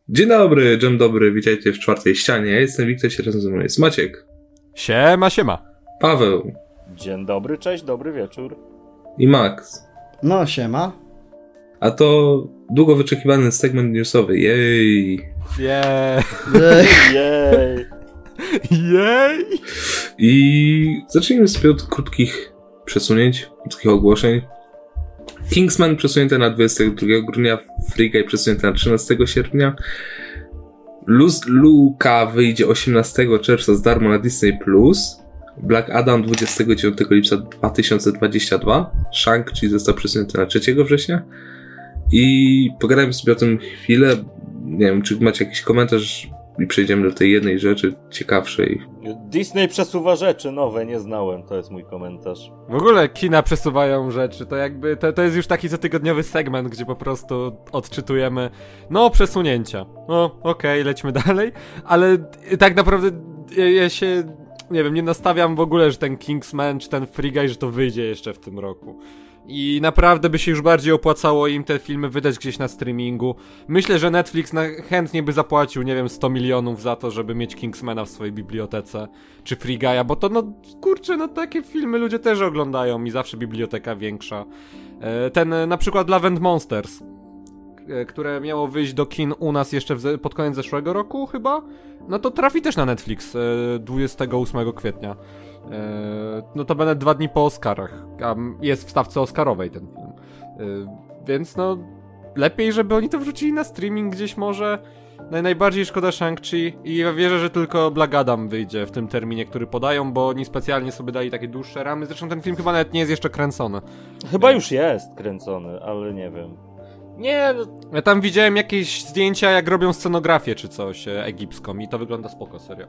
Dzień dobry, witajcie w czwartej ścianie. Ja jestem Wiktor, się razem ze mną jest Maciek. Siema. Paweł. Dzień dobry, cześć, dobry wieczór. I Max. No, siema. A to długo wyczekiwany segment newsowy. Jej. Jej. I zacznijmy sobie od krótkich przesunięć, krótkich ogłoszeń. Kingsman przesunięte na 22 grudnia, Free Guy przesunięte na 13 sierpnia. Luka wyjdzie 18 czerwca za darmo na Disney+. Black Adam 29 lipca 2022. Shang-Chi został przesunięty na 3 września. I pogadajmy sobie o tym chwilę. Nie wiem, czy macie jakiś komentarz i przejdziemy do tej jednej rzeczy ciekawszej. Disney przesuwa rzeczy nowe, nie znałem, to jest mój komentarz. W ogóle kina przesuwają rzeczy, to jakby, to jest już taki cotygodniowy segment, gdzie po prostu odczytujemy, przesunięcia. Okej, lećmy dalej, ale tak naprawdę ja się, nie wiem, nie nastawiam w ogóle, że ten Kingsman czy ten Free Guy, że to wyjdzie jeszcze w tym roku. I naprawdę by się już bardziej opłacało im te filmy wydać gdzieś na streamingu. Myślę, że Netflix chętnie by zapłacił, 100 milionów za to, żeby mieć Kingsmana w swojej bibliotece, czy Free Guy'a, bo to takie filmy ludzie też oglądają i zawsze biblioteka większa. Ten na przykład Love and Monsters, które miało wyjść do kin u nas jeszcze pod koniec zeszłego roku chyba, no to trafi też na Netflix 28 kwietnia. To będę 2 dni po Oscarach, a jest w stawce Oscarowej ten film, więc lepiej, żeby oni to wrzucili na streaming gdzieś może. Najbardziej szkoda Shang-Chi i ja wierzę, że tylko Black Adam wyjdzie w tym terminie, który podają, bo oni specjalnie sobie dali takie dłuższe ramy, zresztą ten film chyba nawet nie jest jeszcze kręcony. Chyba już jest kręcony, ale nie wiem. Ja tam widziałem jakieś zdjęcia, jak robią scenografię czy coś egipską i to wygląda spoko, serio.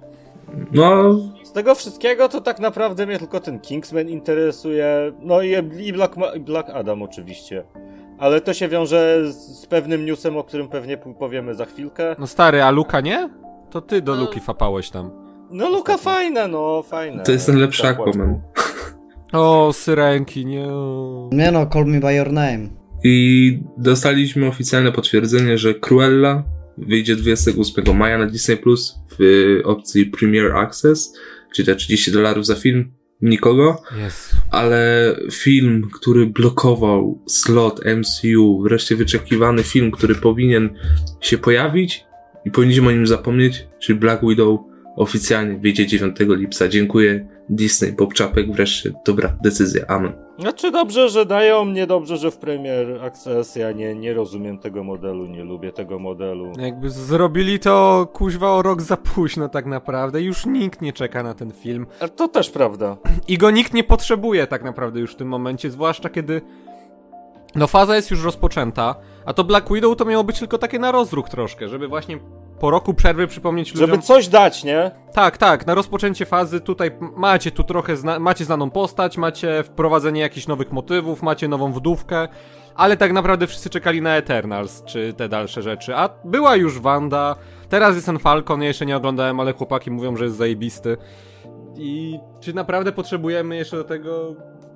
Z tego wszystkiego to tak naprawdę mnie tylko ten Kingsman interesuje, i Black Adam oczywiście. Ale to się wiąże z pewnym newsem, o którym pewnie powiemy za chwilkę. No stary, a Luka nie? To ty do Luki fapałeś tam. Luka fajne, fajne. To jest ten lepszy Aquaman. O, syrenki, nie. Nie Call Me By Your Name. I dostaliśmy oficjalne potwierdzenie, że Cruella wyjdzie 28 maja na Disney Plus w opcji Premier Access, czyli te $30 za film, nikogo. Yes. Ale film, który blokował slot MCU, wreszcie wyczekiwany film, który powinien się pojawić i powinniśmy o nim zapomnieć, czyli Black Widow oficjalnie wyjdzie 9 lipca. Dziękuję Disney, Bob Chapek, wreszcie dobra decyzja, amen. Znaczy dobrze, że dają, niedobrze, że w Premier Access. Ja nie rozumiem tego modelu, nie lubię tego modelu. Jakby zrobili to kuźwa o rok za późno tak naprawdę, już nikt nie czeka na ten film. A to też prawda. I go nikt nie potrzebuje tak naprawdę już w tym momencie, zwłaszcza kiedy faza jest już rozpoczęta, a to Black Widow to miało być tylko takie na rozruch troszkę, żeby właśnie po roku przerwy przypomnieć ludziom... Żeby coś dać, nie? Tak, na rozpoczęcie fazy tutaj macie tu trochę, macie znaną postać, macie wprowadzenie jakichś nowych motywów, macie nową wdówkę, ale tak naprawdę wszyscy czekali na Eternals, czy te dalsze rzeczy, a była już Wanda, teraz jest ten Falcon, ja jeszcze nie oglądałem, ale chłopaki mówią, że jest zajebisty. I czy naprawdę potrzebujemy jeszcze do tego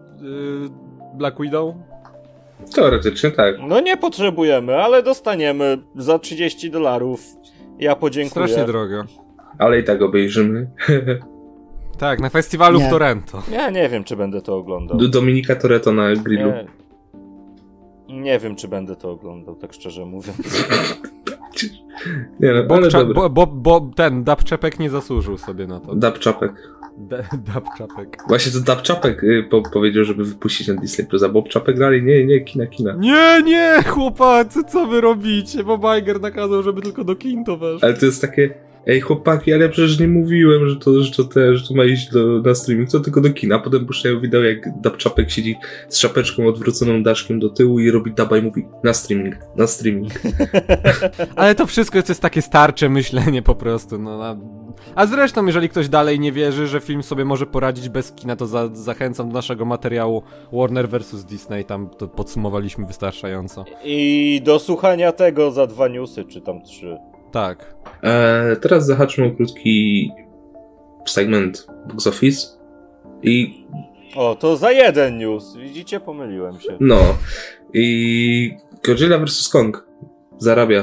Black Widow? Teoretycznie tak. Nie potrzebujemy, ale dostaniemy za $30. Ja podziękuję. Strasznie drogo. Ale i tak obejrzymy. Tak, na festiwalu w Toronto. Ja nie wiem, czy będę to oglądał. Dominika Toretto na grillu. Nie wiem, czy będę to oglądał, tak szczerze mówiąc. Ten Dabczepek nie zasłużył sobie na to. Dabczapek. Dabczapek. Właśnie to Dabczapek powiedział, żeby wypuścić na Disney Plus, a Bob Czapek dalej, nie, kina. Nie, chłopacy, co wy robicie? Bob Iger nakazał, żeby tylko do kin to weszło. Ale to jest takie, ej chłopaki, ale przecież nie mówiłem, że to ma iść na streaming, to tylko do kina. A potem puszczają wideo, jak Dabczapek siedzi z szapeczką odwróconą daszkiem do tyłu i robi daba i mówi na streaming. Ale to wszystko to jest takie starcze myślenie po prostu, A zresztą, jeżeli ktoś dalej nie wierzy, że film sobie może poradzić bez kina, to zachęcam do naszego materiału Warner vs. Disney, tam to podsumowaliśmy wystarczająco. I do słuchania tego za 2 newsy, czy tam 3. Tak. Teraz zahaczmy o krótki segment Box Office i... O, to za 1 news, widzicie? Pomyliłem się. I Godzilla vs. Kong zarabia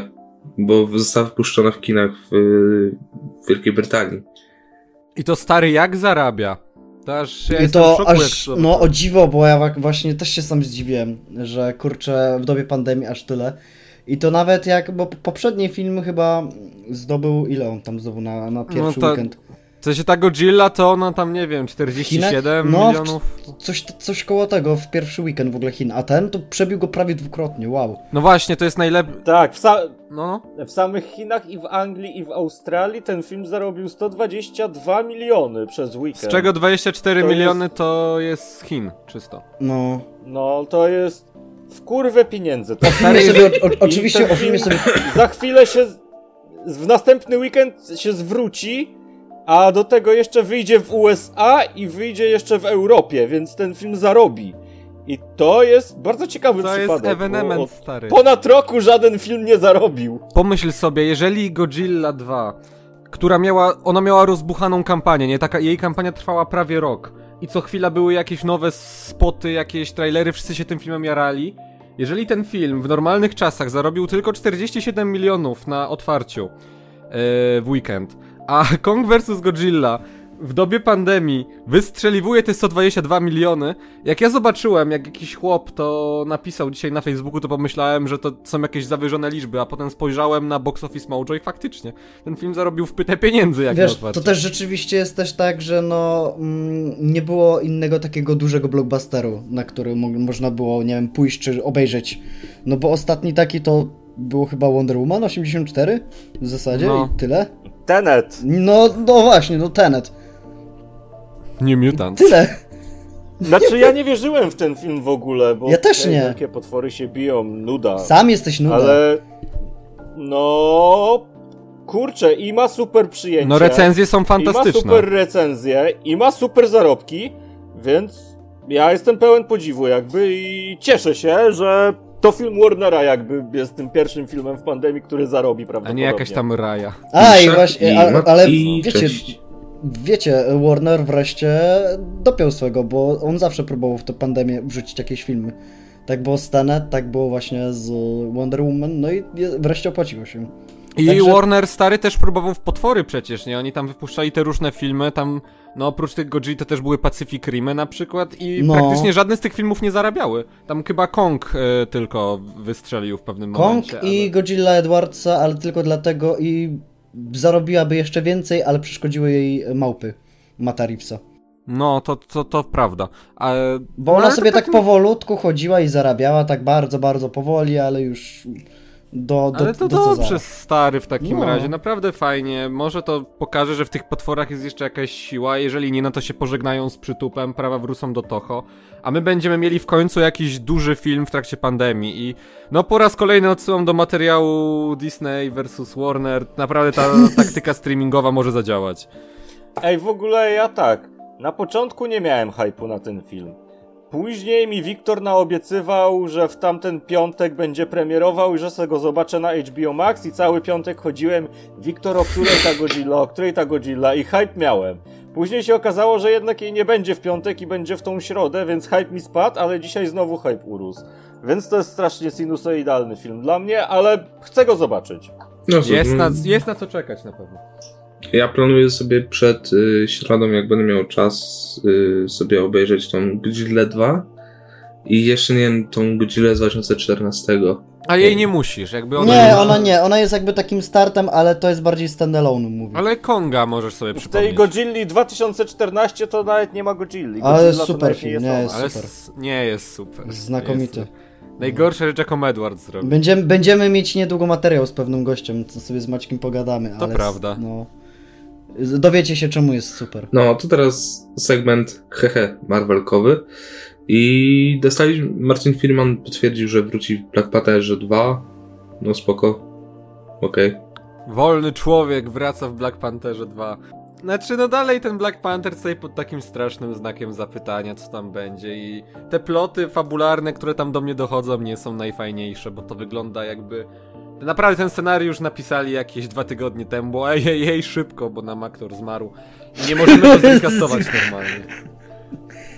bo została wypuszczona w kinach w Wielkiej Brytanii. I to stary jak zarabia? To aż ja I jestem w to szoku, aż, jak no o dziwo, bo ja właśnie też się sam zdziwiłem, że kurczę, w dobie pandemii aż tyle. I to nawet bo poprzednie filmy chyba zdobył, ile on tam zdobył na pierwszy weekend? W sensie ta Godzilla to ona tam, nie wiem, 47 milionów? Coś koło tego w pierwszy weekend w ogóle Chin, a ten to przebił go prawie dwukrotnie, wow. No właśnie, to jest najlepszy... Tak, No. w samych Chinach i w Anglii i w Australii ten film zarobił 122 miliony przez weekend. Z czego 24 miliony to jest z Chin, czysto. No to jest w kurwę pieniędzy. To oczywiście o filmie sobie... Za chwilę w następny weekend się zwróci, a do tego jeszcze wyjdzie w USA i wyjdzie jeszcze w Europie, więc ten film zarobi. I to jest bardzo ciekawy przypadek. To jest ewenement, stary. Ponad roku żaden film nie zarobił. Pomyśl sobie, jeżeli Godzilla 2, ona miała rozbuchaną kampanię, nie? Jej kampania trwała prawie rok. I co chwila były jakieś nowe spoty, jakieś trailery, wszyscy się tym filmem jarali. Jeżeli ten film w normalnych czasach zarobił tylko 47 milionów na otwarciu w weekend, a Kong vs Godzilla w dobie pandemii wystrzeliwuje te 122 miliony. Jak ja zobaczyłem, jak jakiś chłop to napisał dzisiaj na Facebooku, to pomyślałem, że to są jakieś zawyżone liczby, a potem spojrzałem na Box Office Mojo i faktycznie ten film zarobił w pytę pieniędzy, jak wiesz, to też rzeczywiście jest też tak, że nie było innego takiego dużego blockbusteru, na który można było, nie wiem, pójść czy obejrzeć. No bo ostatni taki to było chyba Wonder Woman 84 w zasadzie i tyle. Tenet. No właśnie, Tenet. New Mutants. Tyle. Znaczy ja nie wierzyłem w ten film w ogóle, bo ja też nie. Wielkie potwory się biją, nuda. Sam jesteś nuda. Ale kurczę, i ma super przyjęcie. No recenzje są fantastyczne. I ma super recenzje, i ma super zarobki, więc ja jestem pełen podziwu jakby i cieszę się, że to film Warnera jakby jest tym pierwszym filmem w pandemii, który zarobi prawdopodobnie. A nie jakaś tam Raja. I właśnie, ale wiecie, Warner wreszcie dopiął swego, bo on zawsze próbował w tę pandemię wrzucić jakieś filmy. Tak było z Tenet, tak było właśnie z Wonder Woman, no i wreszcie opłaciło się. I także... Warner stary też próbował w Potwory przecież, nie? Oni tam wypuszczali te różne filmy, tam oprócz tych Godzilla to też były Pacific Rimy na przykład i praktycznie żadne z tych filmów nie zarabiały. Tam chyba Kong tylko wystrzelił w pewnym momencie. Kong i Godzilla Edwardsa, ale tylko dlatego i zarobiłaby jeszcze więcej, ale przeszkodziły jej małpy Matta Reevesa. No, to prawda. Bo ona sobie tak powolutku chodziła i zarabiała tak bardzo, bardzo powoli, ale już... Ale to dobrze, stary, w takim razie, naprawdę fajnie. Może to pokaże, że w tych potworach jest jeszcze jakaś siła. Jeżeli nie, no to się pożegnają z przytupem, prawa wrócą do Toho. A my będziemy mieli w końcu jakiś duży film w trakcie pandemii. I po raz kolejny odsyłam do materiału Disney vs Warner. Naprawdę ta taktyka streamingowa może zadziałać. Ej, w ogóle ja tak. Na początku nie miałem hype'u na ten film. Później mi Wiktor naobiecywał, że w tamten piątek będzie premierował i że sobie go zobaczę na HBO Max i cały piątek chodziłem: Wiktor, o której ta Godzilla i hype miałem. Później się okazało, że jednak jej nie będzie w piątek i będzie w tą środę, więc hype mi spadł, ale dzisiaj znowu hype urósł. Więc to jest strasznie sinusoidalny film dla mnie, ale chcę go zobaczyć. Jest na co czekać na pewno. Ja planuję sobie przed środą, jak będę miał czas, sobie obejrzeć tą Godzillę 2 i jeszcze nie wiem, tą Godzillę z 2014. A jej nie musisz, jakby ona jest jakby takim startem, ale to jest bardziej standalone, mówię. Ale Konga możesz sobie przypomnieć. W tej Godzilli 2014 to nawet nie ma Godzilli. Ale jest super film, nie jest super. Znakomity. Najgorsza rzecz, jaką Edward zrobił. Będziemy mieć niedługo materiał z pewnym gościem, co sobie z Maćkiem pogadamy. To prawda. Dowiecie się, czemu jest super. No, to teraz segment Marvelkowy. I Martin Freeman potwierdził, że wróci w Black Pantherze 2. No spoko. Okej. Wolny człowiek wraca w Black Pantherze 2. Znaczy, dalej ten Black Panther stoi pod takim strasznym znakiem zapytania, co tam będzie, i te ploty fabularne, które tam do mnie dochodzą, nie są najfajniejsze, bo to wygląda jakby... Naprawdę ten scenariusz napisali jakieś 2 tygodnie temu, bo szybko, bo nam aktor zmarł i nie możemy go zrecastować normalnie.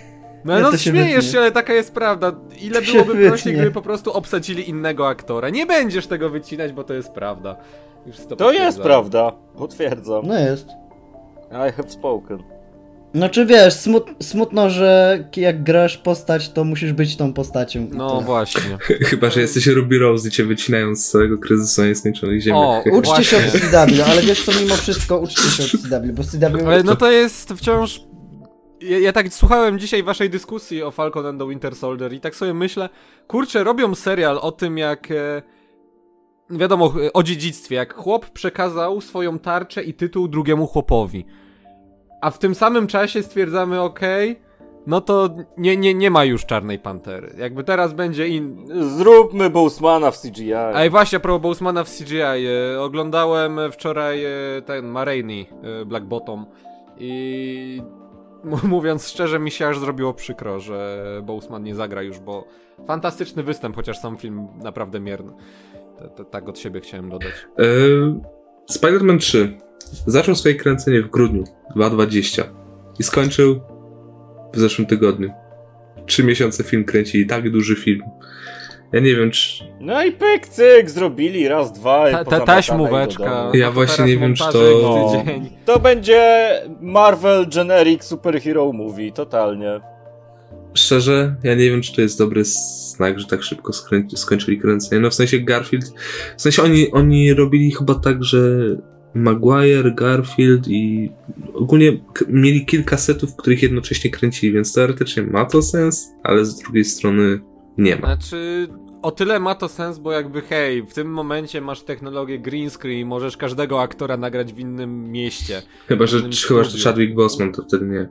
No śmiejesz się, ale taka jest prawda. Ile byłoby prościej, gdyby po prostu obsadzili innego aktora. Nie będziesz tego wycinać, bo to jest prawda. Już to jest prawda, potwierdzam. No jest. I have spoken. Znaczy wiesz, smutno, że jak grasz postać, to musisz być tą postacią. No właśnie. Chyba, że jesteś Ruby Rose i cię wycinają z całego kryzysu na nieskończonych ziemiach. Uczcie się od CW, ale wiesz co, mimo wszystko uczcie się od CW, bo CW... Ale no to jest wciąż... Ja tak słuchałem dzisiaj waszej dyskusji o Falcon and the Winter Soldier i tak sobie myślę, kurczę, robią serial o tym jak... Wiadomo, o dziedzictwie, jak chłop przekazał swoją tarczę i tytuł drugiemu chłopowi. A w tym samym czasie stwierdzamy, no to nie ma już Czarnej Pantery. Jakby teraz będzie Zróbmy Boseman'a w CGI. A i właśnie, a propos Boseman'a w CGI, oglądałem wczoraj ten Ma Rainey, Black Bottom i mówiąc szczerze, mi się aż zrobiło przykro, że Boseman nie zagra już, bo fantastyczny występ, chociaż sam film naprawdę mierny. Tak od siebie chciałem dodać. Spider-Man 3 zaczął swoje kręcenie w grudniu 2020 i skończył w zeszłym tygodniu. 3 miesiące film kręcili, tak duży film. Ja nie wiem, czy... No i pyk, cyk, zrobili raz, dwa i taśmóweczka. Ja właśnie nie wiem, czy to... To będzie Marvel Generic Superhero Movie, totalnie. Szczerze, ja nie wiem, czy to jest dobry znak, że tak szybko skończyli kręcenie. No w sensie Garfield... W sensie oni robili chyba tak, że Maguire, Garfield i ogólnie mieli kilka setów, których jednocześnie kręcili, więc teoretycznie ma to sens, ale z drugiej strony nie ma. Znaczy, o tyle ma to sens, bo jakby hej, w tym momencie masz technologię green screen, możesz każdego aktora nagrać w innym mieście. Chyba, że Chadwick Boseman, to wtedy nie.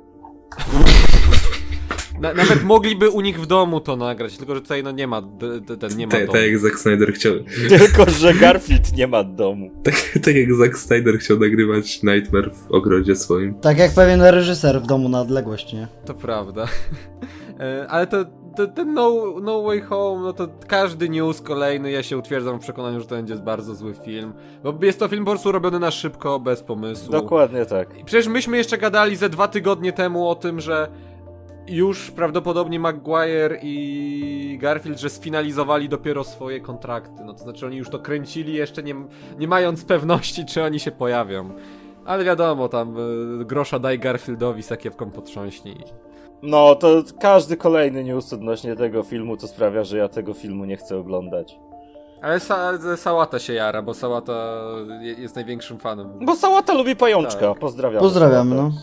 Nawet mogliby u nich w domu to nagrać, tylko że tutaj no nie ma domu. Tak jak Zack Snyder chciał. Tylko, że Garfield nie ma domu. Tak jak Zack Snyder chciał nagrywać Nightmare w ogrodzie swoim. Tak jak pewien reżyser w domu na odległość, nie? To prawda. Ale ten no Way Home, no to każdy news kolejny, ja się utwierdzam w przekonaniu, że to będzie bardzo zły film. Bo jest to film po prostu robiony na szybko, bez pomysłu. Dokładnie tak. I przecież myśmy jeszcze gadali ze 2 tygodnie temu o tym, że już prawdopodobnie Maguire i Garfield, że sfinalizowali dopiero swoje kontrakty. No to znaczy oni już to kręcili jeszcze nie mając pewności, czy oni się pojawią. Ale wiadomo, tam grosza daj Garfieldowi, sakiewką potrząśnij. No, to każdy kolejny news odnośnie tego filmu to sprawia, że ja tego filmu nie chcę oglądać. Ale Sałata się jara, bo Sałata jest największym fanem. Bo Sałata lubi pajączka, tak. Pozdrawiamy, no.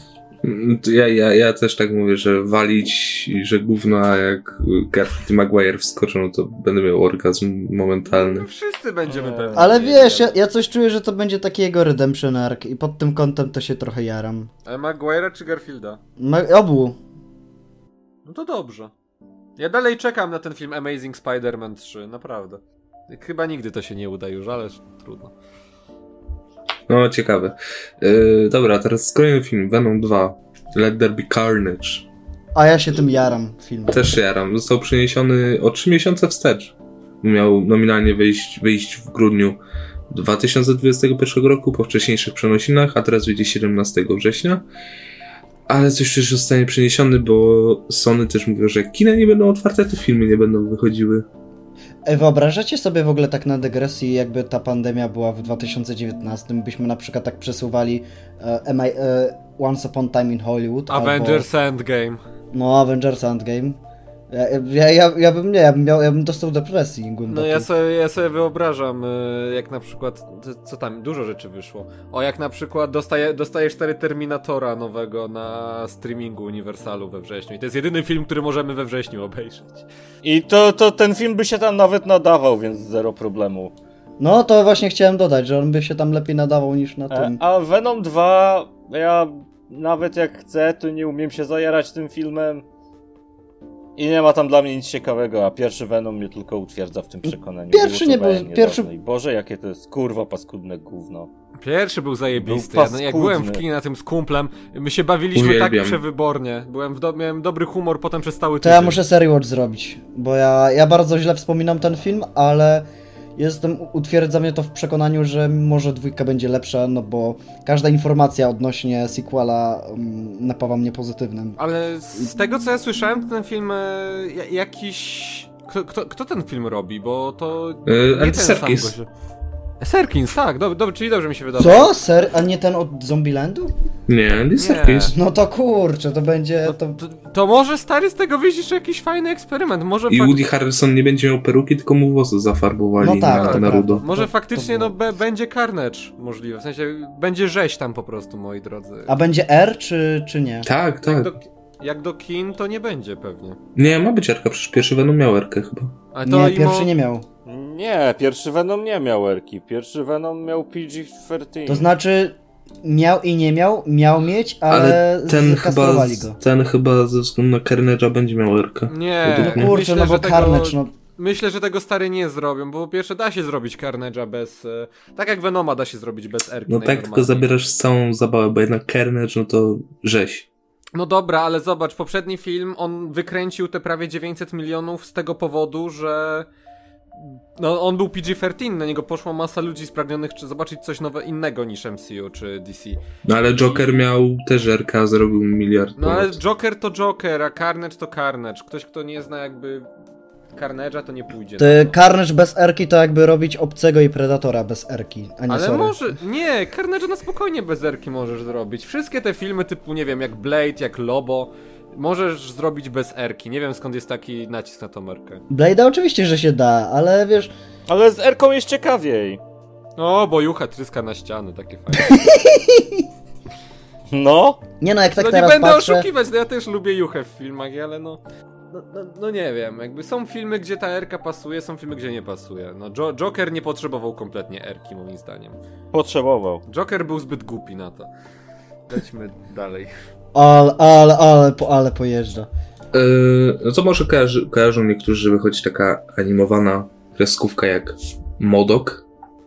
Ja też tak mówię, że walić, że gówno, jak Garfield i Maguire wskoczą, no to będę miał orgazm momentalny. No wszyscy będziemy pewni. Ale wiesz, ja coś czuję, że to będzie taki jego redemption arc i pod tym kątem to się trochę jaram. Ale Maguire'a czy Garfielda? Obu. No to dobrze. Ja dalej czekam na ten film Amazing Spider-Man 3, naprawdę. Chyba nigdy to się nie uda już, ale trudno. No, ciekawe. Dobra, teraz kolejny film, Venom 2, Let There Be Carnage. A ja się tym jaram, film. Też się jaram. Został przeniesiony o 3 miesiące wstecz. Miał nominalnie wyjść w grudniu 2021 roku po wcześniejszych przenosinach, a teraz wyjdzie 17 września. Ale coś też zostanie przeniesiony, bo Sony też mówią, że jak kina nie będą otwarte, to filmy nie będą wychodziły. Wyobrażacie sobie w ogóle tak na dygresji, jakby ta pandemia była w 2019, byśmy na przykład tak przesuwali Once Upon a Time in Hollywood. Avengers Endgame. No, Avengers Endgame. Ja bym dostał depresji głębokiej. No ja sobie wyobrażam, jak na przykład, co tam, dużo rzeczy wyszło. Jak na przykład dostajesz stary Terminatora nowego na streamingu Universalu we wrześniu. I to jest jedyny film, który możemy we wrześniu obejrzeć. I to ten film by się tam nawet nadawał, więc zero problemu. No to właśnie chciałem dodać, że on by się tam lepiej nadawał niż na tym. A Venom 2, ja nawet jak chcę, to nie umiem się zajarać tym filmem. I nie ma tam dla mnie nic ciekawego, a pierwszy Venom mnie tylko utwierdza w tym przekonaniu. Pierwszy nie był... Boże, jakie to jest kurwa paskudne gówno. Pierwszy był zajebisty. Jak byłem w kinie na tym z kumplem, my się bawiliśmy tak przewybornie. Miałem dobry humor potem przez cały tydzień. To ja muszę serial watch zrobić, bo ja bardzo źle wspominam ten film, ale utwierdza mnie to w przekonaniu, że może 2 będzie lepsza, no bo każda informacja odnośnie sequela napawa mnie pozytywnym. Ale z tego co ja słyszałem, to ten film jakiś... Kto ten film robi? Bo to nie ten sam gość. Serkins, tak, czyli dobrze mi się wydaje. Co? A nie ten od Zombielandu? Nie, Andy Serkis. No to kurczę, to będzie... To może stary z tego wyjść jakiś fajny eksperyment, może... I Woody Harrelson nie będzie miał peruki, tylko mu włosy zafarbowali no tak, na rudo. Może faktycznie będzie Carnage możliwe, w sensie będzie rzeź tam po prostu, moi drodzy. A będzie R czy nie? Tak. Jak do kin to nie będzie pewnie. Nie, ma być Erka, przecież pierwszy Venom miał Erkę chyba. Nie, pierwszy nie miał. Nie, pierwszy Venom nie miał Erki, pierwszy Venom miał PG-13. To znaczy miał i nie miał mieć, ale zkastrowali go. Ten chyba ze względu na Carnage'a będzie miał Erkę. Nie, kurczę, no bo Carnage, no. Myślę, że tego stary nie zrobią, bo po pierwsze da się zrobić Carnage'a bez... tak jak Venoma da się zrobić bez Erki. No tak, tylko zabierasz całą zabawę, bo jednak Carnage, no to rzeź. No dobra, ale zobacz, poprzedni film, on wykręcił te prawie 900 milionów z tego powodu, że... No, on był PG-13, na niego poszła masa ludzi spragnionych zobaczyć coś innego niż MCU czy DC. No ale Joker miał też Erkę, a zarobił miliard. No ale Joker to Joker, a Carnage to Carnage. Ktoś, kto nie zna jakby Carnage'a, to nie pójdzie. Carnage bez Erki to jakby robić Obcego i Predatora bez Erki, a nie ale sorry. może... Nie, Carnage'a na spokojnie bez Erki możesz zrobić. Wszystkie te filmy typu, nie wiem, jak Blade, jak Lobo... Możesz zrobić bez Erki. Nie wiem skąd jest taki nacisk na tą Erkę. Blade'a oczywiście, że się da, ale wiesz... Ale z Erką jest ciekawiej. O, bo Jucha tryska na ściany, takie fajne. No? Nie no, jak tak no teraz nie będę patrzę... oszukiwać, no ja też lubię Juchę w filmach, ale no nie wiem, jakby są filmy, gdzie ta Erka pasuje, są filmy, gdzie nie pasuje. No Joker nie potrzebował kompletnie Erki, moim zdaniem. Potrzebował. Joker był zbyt głupi na to. Lećmy dalej. Ale pojeżdża. No to może kojarzą niektórzy, że wychodzi taka animowana kreskówka jak MODOK.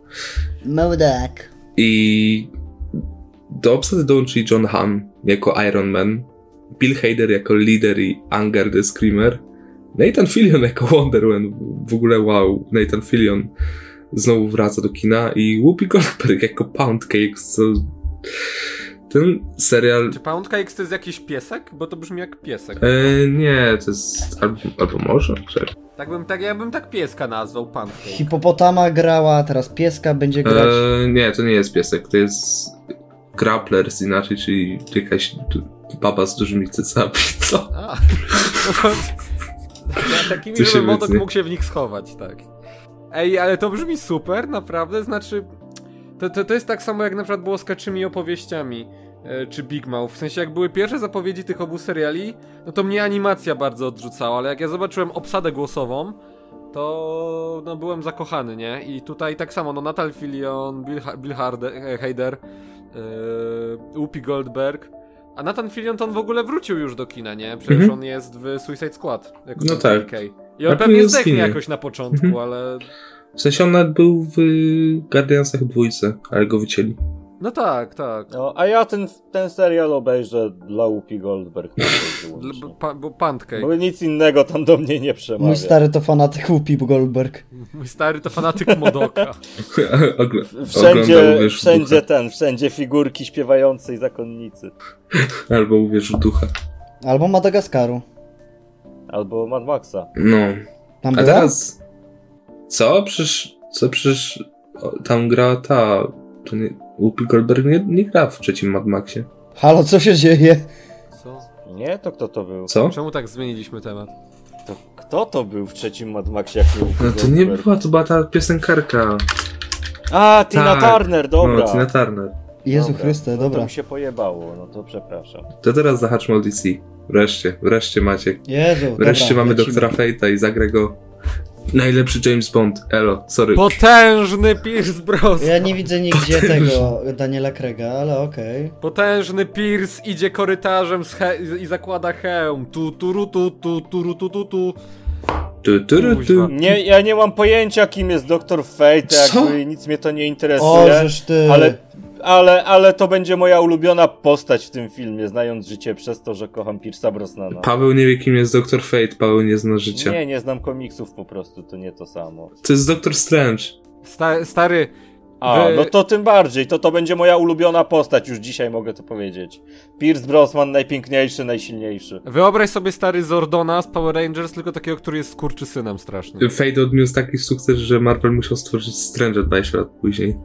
I do obsady dołączyli John Hamm jako Iron Man, Bill Hader jako lider i Anger the Screamer, Nathan Fillion jako Wonder Woman. W ogóle wow, Nathan Fillion znowu wraca do kina i Whoopi Goldberg jako Pound Cake. Ten serial... Czy Pound Cakes to jest jakiś piesek? Bo to brzmi jak piesek. Nie, to jest... Albo może? Ja bym tak pieska nazwał, Pound Cake. Hipopotama grała, teraz pieska będzie grać. Nie, to nie jest piesek, to jest... Grapplers inaczej, czyli jakaś baba z dużymi cycami, co? A, no takimi, żeby MODOK mógł się w nich schować, tak. Ej, ale to brzmi super, naprawdę, znaczy... To jest tak samo jak na przykład było z Kaczymi opowieściami, czy Big Mouth. W sensie jak były pierwsze zapowiedzi tych obu seriali, no to mnie animacja bardzo odrzucała, ale jak ja zobaczyłem obsadę głosową, to no byłem zakochany, nie? I tutaj tak samo, no Nathan Fillion, Bill Hader, Whoopi Goldberg, a Nathan Fillion to on w ogóle wrócił już do kina, nie? Przecież on jest w Suicide Squad. Jako no tak. I on pewnie zdechnie jakoś na początku, ale... W sensie on nawet był w Guardiansach 2, ale go wycięli. No tak. No, a ja ten serial obejrzę dla Whoopi Goldberg. Bo Pancake. Bo nic innego tam do mnie nie przemawia. Mój stary to fanatyk Whoopi Goldberg. Mój stary to fanatyk Modoka. Wszędzie figurki śpiewającej zakonnicy. Albo uwierz w ducha. Albo Madagaskaru. Albo Mad Maxa. No. Tam a była? Teraz... Co? Przecież tam gra ta... To nie... Whoopi Goldberg nie gra w trzecim Mad Maxie. Halo, co się dzieje? Co? Nie, to kto to był? Co? Czemu tak zmieniliśmy temat? To kto to był w trzecim Mad Maxie, jak nie Whoopi No to nie była, to była ta piosenkarka. A, Tina Turner, dobra. No, Tina Turner. Jezu Chryste, dobra. To mi się pojebało, no to przepraszam. To teraz zahaczmy o DC. Wreszcie Maciek. Jezu, wreszcie dobra, mamy lecimy. doktora Fate'a i zagra go najlepszy James Bond. Elo, sorry. Potężny Pierce Brosnan. Ja nie widzę nigdzie tego Daniela Craiga, ale okej. Potężny Pierce idzie korytarzem i zakłada hełm. Nie, ja nie mam pojęcia, kim jest Dr. Fate, Co? jakby nic mnie to nie interesuje. O, żeż ty. ale to będzie moja ulubiona postać w tym filmie, znając życie przez to, że kocham Pierce'a Brosnana. Paweł nie wie, kim jest Dr. Fate, Paweł nie zna życia. Nie znam komiksów po prostu, to nie to samo. To jest Dr. Strange. Stary... No to tym bardziej, to będzie moja ulubiona postać, już dzisiaj mogę to powiedzieć. Pierce Brosnan najpiękniejszy, najsilniejszy. Wyobraź sobie stary Zordona z Power Rangers, tylko takiego, który jest skurczysynem strasznym. Fate odniósł taki sukces, że Marvel musiał stworzyć Strange'a 20 lat później.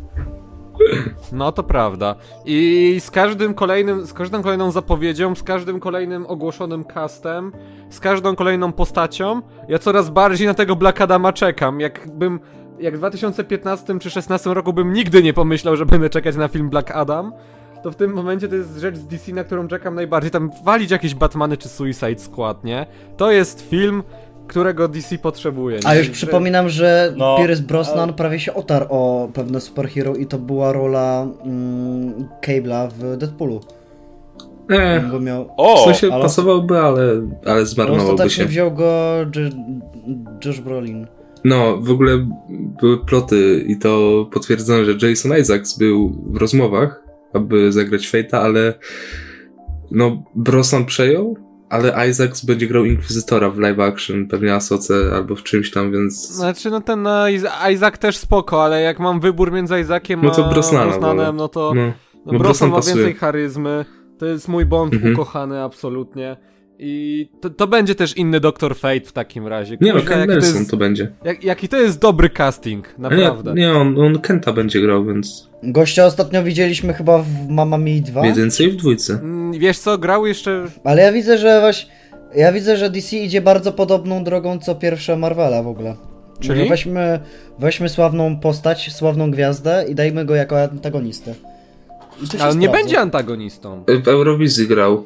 No to prawda. I z każdą kolejną zapowiedzią, z każdym kolejnym ogłoszonym castem, z każdą kolejną postacią, ja coraz bardziej na tego Black Adama czekam. Jak w 2015 czy 2016 roku bym nigdy nie pomyślał, że będę czekać na film Black Adam, to w tym momencie to jest rzecz z DC, na którą czekam najbardziej. Tam walić jakieś Batmany czy Suicide Squad, nie? To jest film, którego DC potrzebuje. A już przypominam, że Pierce Brosnan prawie się otarł o pewne superhero i to była rola Cable'a w Deadpoolu. Go miał... W sensie pasowałby, ale zmarnowałby ostatecznie się. wziął go Josh Brolin. No, w ogóle były ploty i to potwierdzono, że Jason Isaacs był w rozmowach, aby zagrać Fate'a, ale Brosnan przejął, ale Isaacs będzie grał Inkwizytora w live action, pewnie Asoce albo w czymś tam, więc... Znaczy, ten Isaac też spoko, ale jak mam wybór między Isaakiem to a Brosnanem, no to Brosnan ma więcej charyzmy, to jest mój Bond ukochany absolutnie. I to będzie też inny Dr. Fate w takim razie. Ken Nelson to będzie. Jaki to jest dobry casting, naprawdę. Nie, on Kenta będzie grał, więc... Gościa ostatnio widzieliśmy chyba w Mamma Mia 2. W jedynce i w dwójce. Wiesz co, grał jeszcze... Ale ja widzę, że DC idzie bardzo podobną drogą co pierwsze Marvela w ogóle. Czyli? Weźmy sławną postać, sławną gwiazdę i dajmy go jako antagonistę. Ale nie będzie antagonistą. W Eurowizji grał.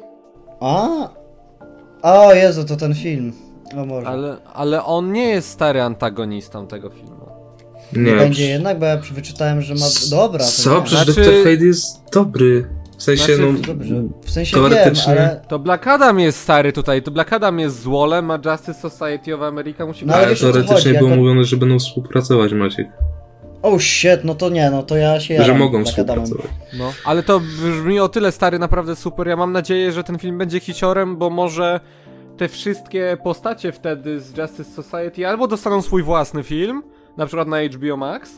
O Jezu, to ten film. O może. Ale on nie jest stary antagonistą tego filmu. Nie będzie jednak, bo ja wyczytałem, że ma... Dobra. Przecież Dr. Fate jest dobry. W sensie, dobrze. W sensie teoretycznie... wiem, ale... To Black Adam jest stary tutaj, to Black Adam jest złolem, a Justice Society of America musi być... Ale teoretycznie było mówione, że będą współpracować, Maciek. Oh shit, no to nie, no to ja się... Że mogą współpracować. No, ale to brzmi o tyle stary, naprawdę super. Ja mam nadzieję, że ten film będzie hiciorem, bo może te wszystkie postacie wtedy z Justice Society albo dostaną swój własny film, na przykład na HBO Max,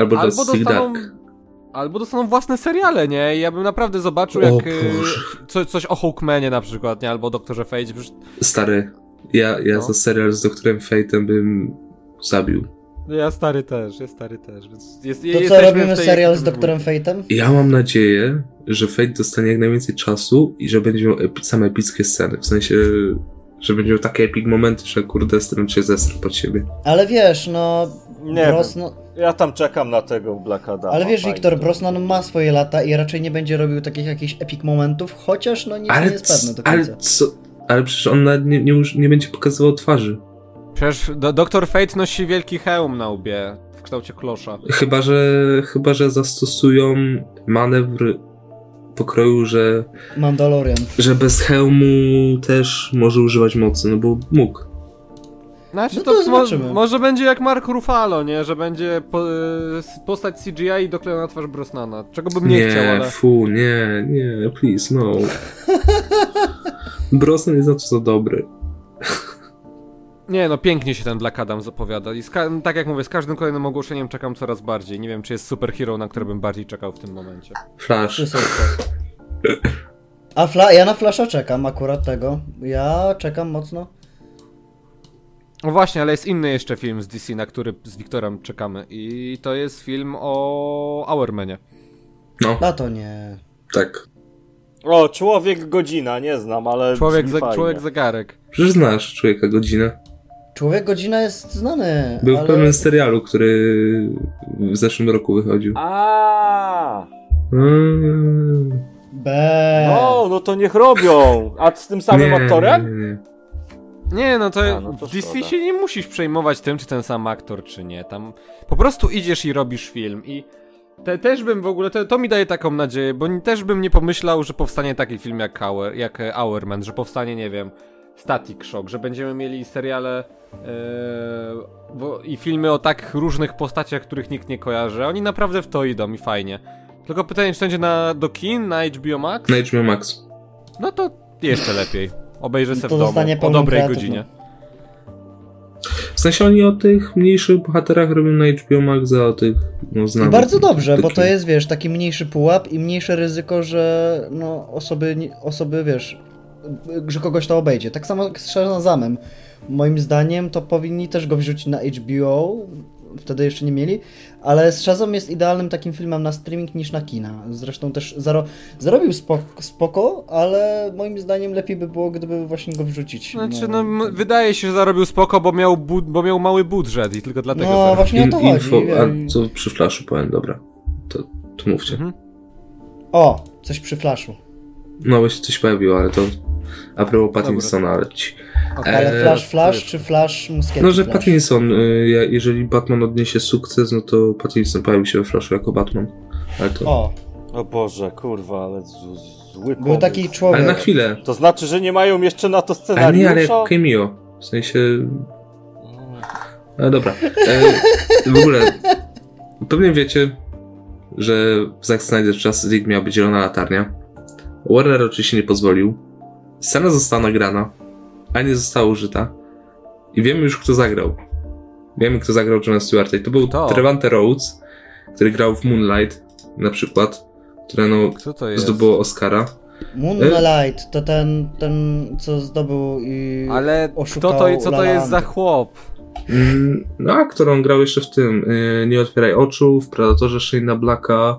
albo dostaną własne seriale, nie? I ja bym naprawdę zobaczył coś o Hawkmanie na przykład, nie? Albo Doktorze Fate. Stary, ja za serial z Doktorem Fate'em bym zabił. Ja stary też, więc to co, robimy serial z Doktorem Fate'em? Ja mam nadzieję, że Fate dostanie jak najwięcej czasu i że będzie miał same epickie sceny, w sensie, że będzie miał takie epic momenty, że kurde, Strange się zestra pod siebie. Ale wiesz, ja tam czekam na tego Black Adama. Ale wiesz, Wiktor, Brosnan ma swoje lata i raczej nie będzie robił takich jakichś epic momentów, chociaż nic nie jest pewne do końca. Ale przecież on nie będzie pokazywał twarzy. Przecież Dr. Fate nosi wielki hełm na łbie w kształcie klosza. Chyba, że zastosują manewr pokroju, że... Mandalorian. Że bez hełmu też może używać mocy, no bo mógł. Znaczy to może będzie jak Mark Ruffalo, nie? Że będzie postać CGI i doklejona twarz Brosnana. Czego bym nie chciał, ale... Nie, please, no. Brosnan jest za to za dobry. Nie, no pięknie się ten Black Adam zapowiada i tak jak mówię, z każdym kolejnym ogłoszeniem czekam coraz bardziej. Nie wiem, czy jest superhero, na które bym bardziej czekał w tym momencie. Flash. Ja na Flasha czekam akurat tego. Ja czekam mocno. No właśnie, ale jest inny jeszcze film z DC, na który z Wiktorem czekamy i to jest film o Hourmanie. No. A to nie. Tak. O, Człowiek Godzina, nie znam, ale Człowiek Zegarek. Przecież znasz Człowieka Godzinę. Człowiek Godzina jest znany. Był w pewnym serialu, który w zeszłym roku wychodził. No to niech robią. A z tym samym aktorem? Nie, no to w DC się nie musisz przejmować tym, czy ten sam aktor, czy nie. Tam po prostu idziesz i robisz film i też bym w ogóle, to mi daje taką nadzieję, bo też bym nie pomyślał, że powstanie taki film jak Hourman, że powstanie, nie wiem, Static Shock, że będziemy mieli seriale i filmy o tak różnych postaciach, których nikt nie kojarzy. Oni naprawdę w to idą i fajnie. Tylko pytanie, czy to będzie do kin, na HBO Max? Na HBO Max. No to jeszcze lepiej. Obejrzę se w To domu, zostanie o pełną dobrej kreatywną. godzinie. W sensie oni o tych mniejszych bohaterach robią na HBO Max, a o tych I znanych. bardzo dobrze, bo to Taki- jest, wiesz, taki mniejszy pułap i mniejsze ryzyko, że no osoby, wiesz, że kogoś to obejdzie. Tak samo jak z Shazamem. Moim zdaniem to powinni też go wrzucić na HBO, wtedy jeszcze nie mieli, ale Shazam jest idealnym takim filmem na streaming niż na kina. Zresztą też zarobił spoko, ale moim zdaniem lepiej by było, gdyby właśnie go wrzucić. Znaczy, wydaje się, że zarobił spoko, bo miał mały budżet i tylko dlatego No zarobił. właśnie o to chodzi. Info, wiem. a co przy Flashu powiem, dobra. To mówcie. Mhm. O, coś przy Flashu. No właśnie coś pojawiło, ale to a propos Pattinsona, ale ci. Okej. Ale Flash czy Flash Muschietti? No, że Flash? Pattinson, jeżeli Batman odniesie sukces, no to Pattinson pojawi się we Flashu jako Batman. Ale to... O Boże, kurwa, ale zły Był pomysł. taki człowiek. Ale na chwilę. To znaczy, że nie mają jeszcze na to Ale scenariusza? nie, ale jak cameo. W sensie... No dobra. W ogóle... Pewnie wiecie, że w Zack Snyder Justice League miała być zielona latarnia. Warner oczywiście nie pozwolił. Scena została nagrana, a nie została użyta. I wiemy już, kto zagrał. Wiemy, kto zagrał Johna Stewarta. I to był Kto? Trevante Rhodes, który grał w Moonlight na przykład, które no Kto to jest? zdobyło Oscara. Moonlight to ten co zdobył i Ale oszukał co to jest za chłop? No, aktor, on grał jeszcze w tym Nie otwieraj oczu, w Predatorze Shane'a Blacka,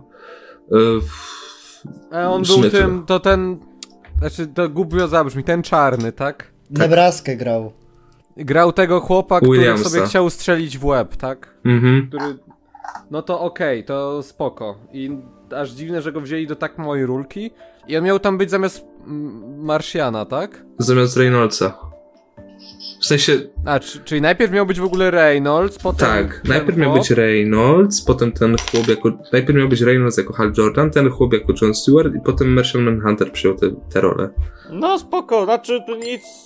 On był Smyczy. Znaczy, to głupio zabrzmi, ten czarny, tak? Nebraskę grał. Grał tego chłopa, który Williamsa. sobie chciał strzelić w łeb, tak? Mhm. Który... No to okej, to spoko. I aż dziwne, że go wzięli do tak małej rulki. I on miał tam być zamiast Marsjana, tak? Zamiast Reynoldsa. W sensie, Czyli najpierw miał być w ogóle Reynolds, potem... tak, ten najpierw miał chłop. być Reynolds, potem ten chłop jako... Najpierw miał być Reynolds jako Hal Jordan, ten chłop jako Jon Stewart i potem Martian Manhunter przyjął tę rolę. No spoko, znaczy tu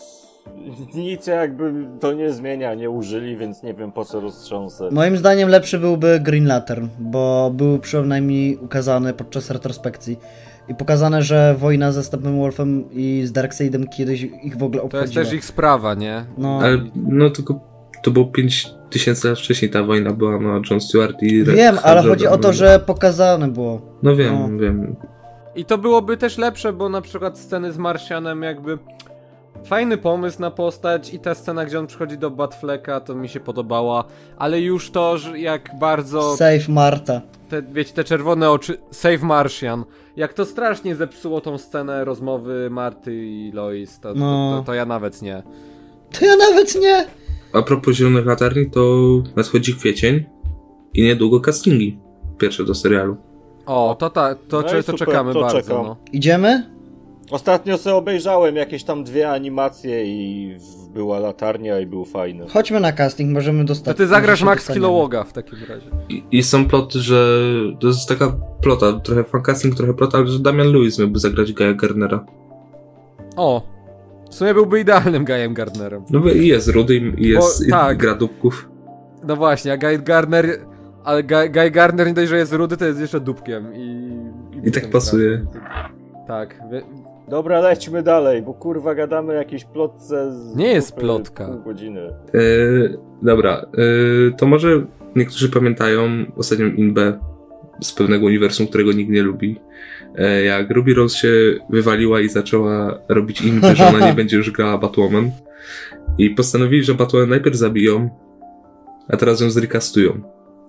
nic jakby to nie zmienia, nie użyli, więc nie wiem po co roztrząsę. Moim zdaniem lepszy byłby Green Lantern, bo był przynajmniej ukazany podczas retrospekcji i pokazane, że wojna ze Steppenwolfem i z Darkseidem kiedyś ich w ogóle To jest obchodziła. też ich sprawa, nie? No, Ale no tylko to było 5000 lat wcześniej ta wojna była, no Jon Stewart i... wiem, Hal ale Jordan chodzi o to, byli. że pokazane było. No wiem. I to byłoby też lepsze, bo na przykład sceny z Marsjanem jakby... Fajny pomysł na postać i ta scena, gdzie on przychodzi do Batflecka, to mi się podobała, ale już to, że jak bardzo... Save Marta. Wiecie, te czerwone oczy... Save Martian. Jak to strasznie zepsuło tą scenę rozmowy Marty i Lois, to ja nawet nie. To ja nawet nie! A propos Zielonych Latarni, to nadchodzi kwiecień i niedługo castingi pierwsze do serialu. O, to No i super, czekamy to bardzo, czekam. no. Idziemy? Ostatnio sobie obejrzałem jakieś tam 2 animacje i była latarnia i był fajny. Chodźmy na casting, możemy dostać. To ty zagrasz może się Max dostaniemy. Killowoga w takim razie. I są ploty, że to jest taka plota, trochę fancasting, trochę plota, ale że Damian Lewis miałby zagrać Gaia Garnera. O! W sumie byłby idealnym Guyem Gardnerem. No bo i jest rudy i jest i tak. gra dupków. No właśnie, a Guy Gardner... Ale Guy Gardner nie dość, że jest rudy, to jest jeszcze dupkiem I tak pasuje. Tak. Dobra, lećmy dalej, bo kurwa gadamy jakieś plotce z... Nie jest dupy plotka. Pół godziny. Dobra, to może niektórzy pamiętają ostatnią inbę z pewnego uniwersum, którego nikt nie lubi. Jak Ruby Rose się wywaliła i zaczęła robić inbę, że ona nie będzie już grała Batwoman. I postanowili, że Batwoman najpierw zabiją, a teraz ją zrecastują.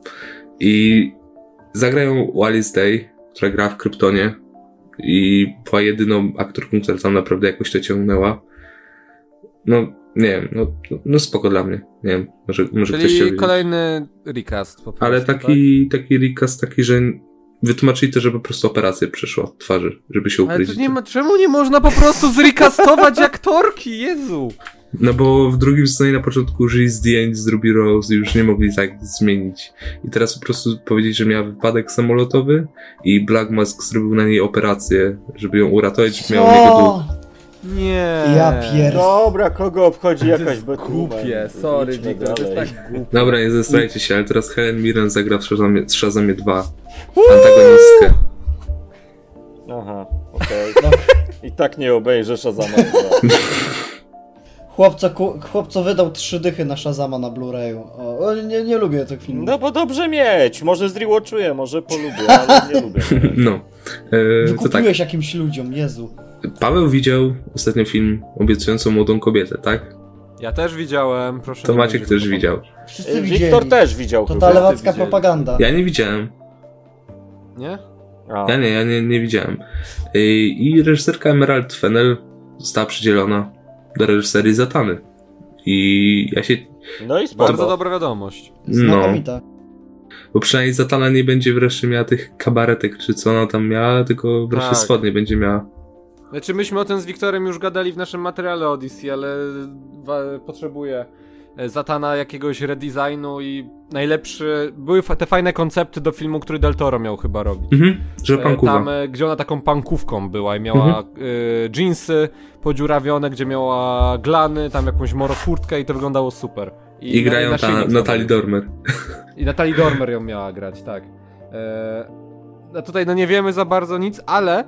I zagrają Alice Day, która gra w Kryptonie i była jedyną aktorką, która tam naprawdę jakoś to ciągnęła. No, nie wiem, no spoko dla mnie. Nie wiem, może ktoś się... Czyli kolejny recast po prostu, Ale taki recast taki, że wytłumaczyli to, że po prostu operacja przeszła w twarzy, żeby się Ale ukryć. to nie ma, czemu nie można po prostu zrecastować aktorki? Jezu! No bo w drugim sezonie na początku użyli zdjęć z Ruby Rose i już nie mogli tak zmienić. I teraz po prostu powiedzieć, że miała wypadek samolotowy i Black Mask zrobił na niej operację, żeby ją uratować, żeby miał niego dół. Nie. Ja Dobra, kogo obchodzi To jakaś jest Batwoman? głupie, sorry Idźmy Wiktor, to jest dalej. tak głupie. Dobra, nie zestrajcie się, ale teraz Helen Mirren zagra w Shazamie 2 antagonistkę. Okej. No. I tak nie obejrzę Shazama 2. Chłopco wydał 3 dychy na Shazama na Blu-rayu. Nie lubię tych filmów. No bo dobrze mieć. Może zrewatchuję, może polubię, ale nie lubię. No. Wykupiłeś jakimś ludziom, Jezu. Paweł widział ostatnio film obiecującą młodą kobietę, tak? Ja też widziałem, proszę. To Maciek też widział. Wszyscy widzieli. Wiktor też widział. To chyba. ta lewacka widzieli. propaganda. Ja nie widziałem. Nie? A. Ja nie widziałem. I reżyserka Emerald Fennell została przydzielona do reżyserii Zatany. I ja się... No i spoko. Bardzo dobra wiadomość. Znakomita. Bo przynajmniej Zatana nie będzie wreszcie miała tych kabaretek, czy co ona tam miała, tylko wreszcie Tak. spodnie będzie miała. Znaczy myśmy o tym z Wiktorem już gadali w naszym materiale Odyssey, ale potrzebuję Zatana jakiegoś redesignu i najlepszy... Były te fajne koncepty do filmu, który Del Toro miał chyba robić. Że pankuwa. Tam, gdzie ona taką pankówką była i miała dżinsy podziurawione, gdzie miała glany, tam jakąś morokurtkę i to wyglądało super. I grają ta Natalie Dormer. I Natalie Dormer ją miała grać, tak. No tutaj no nie wiemy za bardzo nic, ale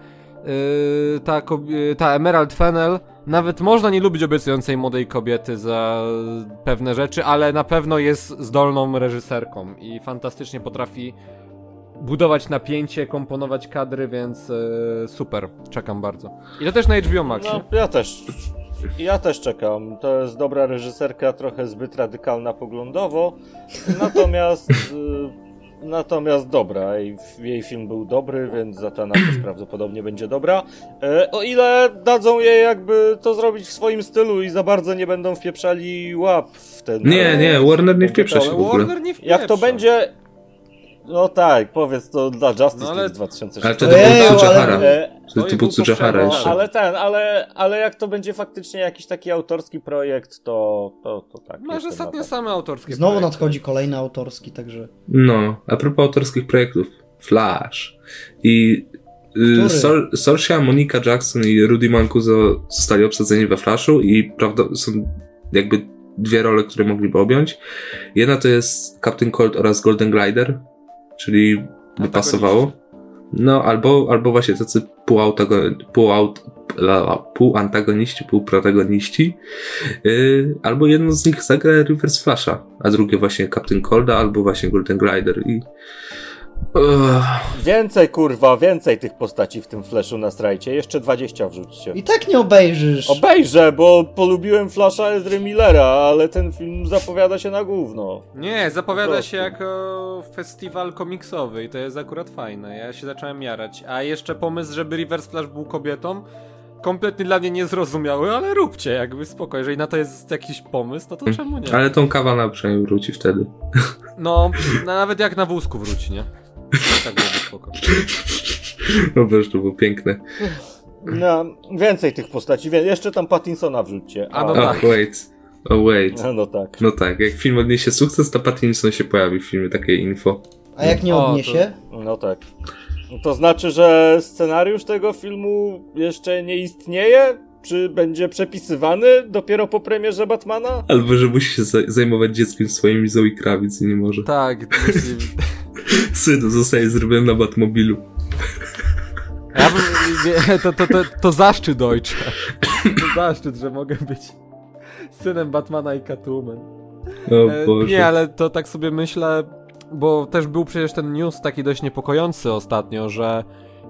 ta Emerald Fennell, nawet można nie lubić obiecującej młodej kobiety za pewne rzeczy, ale na pewno jest zdolną reżyserką i fantastycznie potrafi budować napięcie, komponować kadry, więc super, czekam bardzo. I to też na HBO Max. No, ja też czekam. To jest dobra reżyserka, trochę zbyt radykalna poglądowo, natomiast dobra. Jej film był dobry, więc Zatana też prawdopodobnie będzie dobra. O ile dadzą jej jakby to zrobić w swoim stylu i za bardzo nie będą wpieprzali łap w ten... Nie, Warner nie wpieprza się w ogóle. Warner nie wpieprza. Jak to będzie... No tak, powiedz to dla Justice ale... League z 2016. Ale to do Tsujahara. To To był Tsujahara jeszcze. Ale jak to będzie faktycznie jakiś taki autorski projekt, to tak. Masz ostatnio same autorskie Znowu projekty. nadchodzi kolejny autorski, także... No, a propos autorskich projektów. Flash. I Saoirse, Monica Jackson i Rudy Mancuso zostali obsadzeni we Flashu i są jakby 2 role, które mogliby objąć. Jedna to jest Captain Cold oraz Golden Glider, czyli by pasowało. No, albo właśnie tacy półantagoniści, półprotagoniści. Albo jedno z nich zagra Reverse Flasha, a drugie właśnie Captain Colda, albo właśnie Golden Glider i... Więcej tych postaci w tym Flashu nastrajcie. Jeszcze 20 wrzućcie. I tak nie obejrzysz. Obejrzę, bo polubiłem Flasha Ezry Millera, ale ten film zapowiada się na gówno. Nie, zapowiada się jako festiwal komiksowy i to jest akurat fajne. Ja się zacząłem jarać. A jeszcze pomysł, żeby Reverse Flash był kobietą, kompletnie dla mnie niezrozumiały, ale róbcie jakby spoko. Jeżeli na to jest jakiś pomysł, no to czemu nie? Ale tą Kawana przynajmniej wróci wtedy. No, nawet jak na wózku wróci, nie? Tak byłoby spoko. No wiesz, to było piękne. No, więcej tych postaci. Jeszcze tam Pattinsona wrzućcie. A no Oh, tak. wait. No tak. No tak, jak film odniesie sukces, to Pattinson się pojawi w filmie, takie info. A jak nie odniesie? No tak. To znaczy, że scenariusz tego filmu jeszcze nie istnieje? Czy będzie przepisywany dopiero po premierze Batmana? Albo że musi się zajmować dzieckiem swoim i Zoe Kravitz i nie może. Tak. Syn zostaje zrobiony na Batmobilu. Ja bym, to zaszczyt, ojcze. To zaszczyt, że mogę być synem Batmana i Catwoman. O Boże. Nie, ale to tak sobie myślę, bo też był przecież ten news taki dość niepokojący ostatnio, że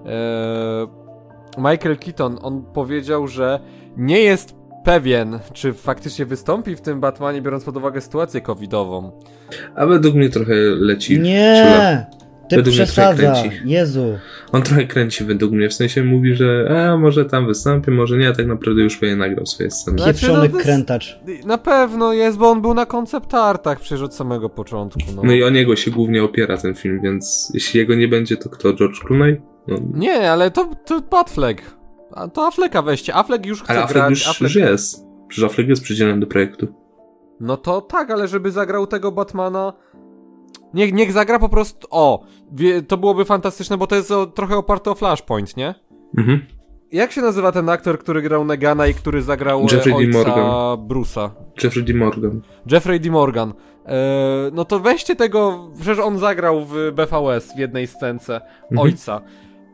Michael Keaton, on powiedział, że nie jest pewien, czy faktycznie wystąpi w tym Batmanie, biorąc pod uwagę sytuację covidową. A według mnie trochę leci. Nie! Ty Według mnie trochę przesadza, kręci. Jezu. On trochę kręci według mnie, w sensie mówi, że może tam wystąpi, może nie, a tak naprawdę już pewnie nagrał swoje sceny. Znaczy, Pieprzony to jest- krętacz. Na pewno jest, bo on był na koncept artach przecież od samego początku. No i o niego się głównie opiera ten film, więc jeśli jego nie będzie, to kto? George Clooney? No. Nie, ale to Affleck. A to Afflecka weźcie. Affleck już chce Ale Affleck grać. już jest. Przecież Affleck jest przydzielony do projektu. No to tak, ale żeby zagrał tego Batmana... Niech zagra po prostu... to byłoby fantastyczne, bo to jest trochę oparte o Flashpoint, nie? Mhm. Jak się nazywa ten aktor, który grał Negana i który zagrał Jeffrey D. ojca Morgan. Bruce'a? Jeffrey D. Morgan. Jeffrey D. Morgan. No to weźcie tego... Przecież on zagrał w BVS w jednej scence ojca.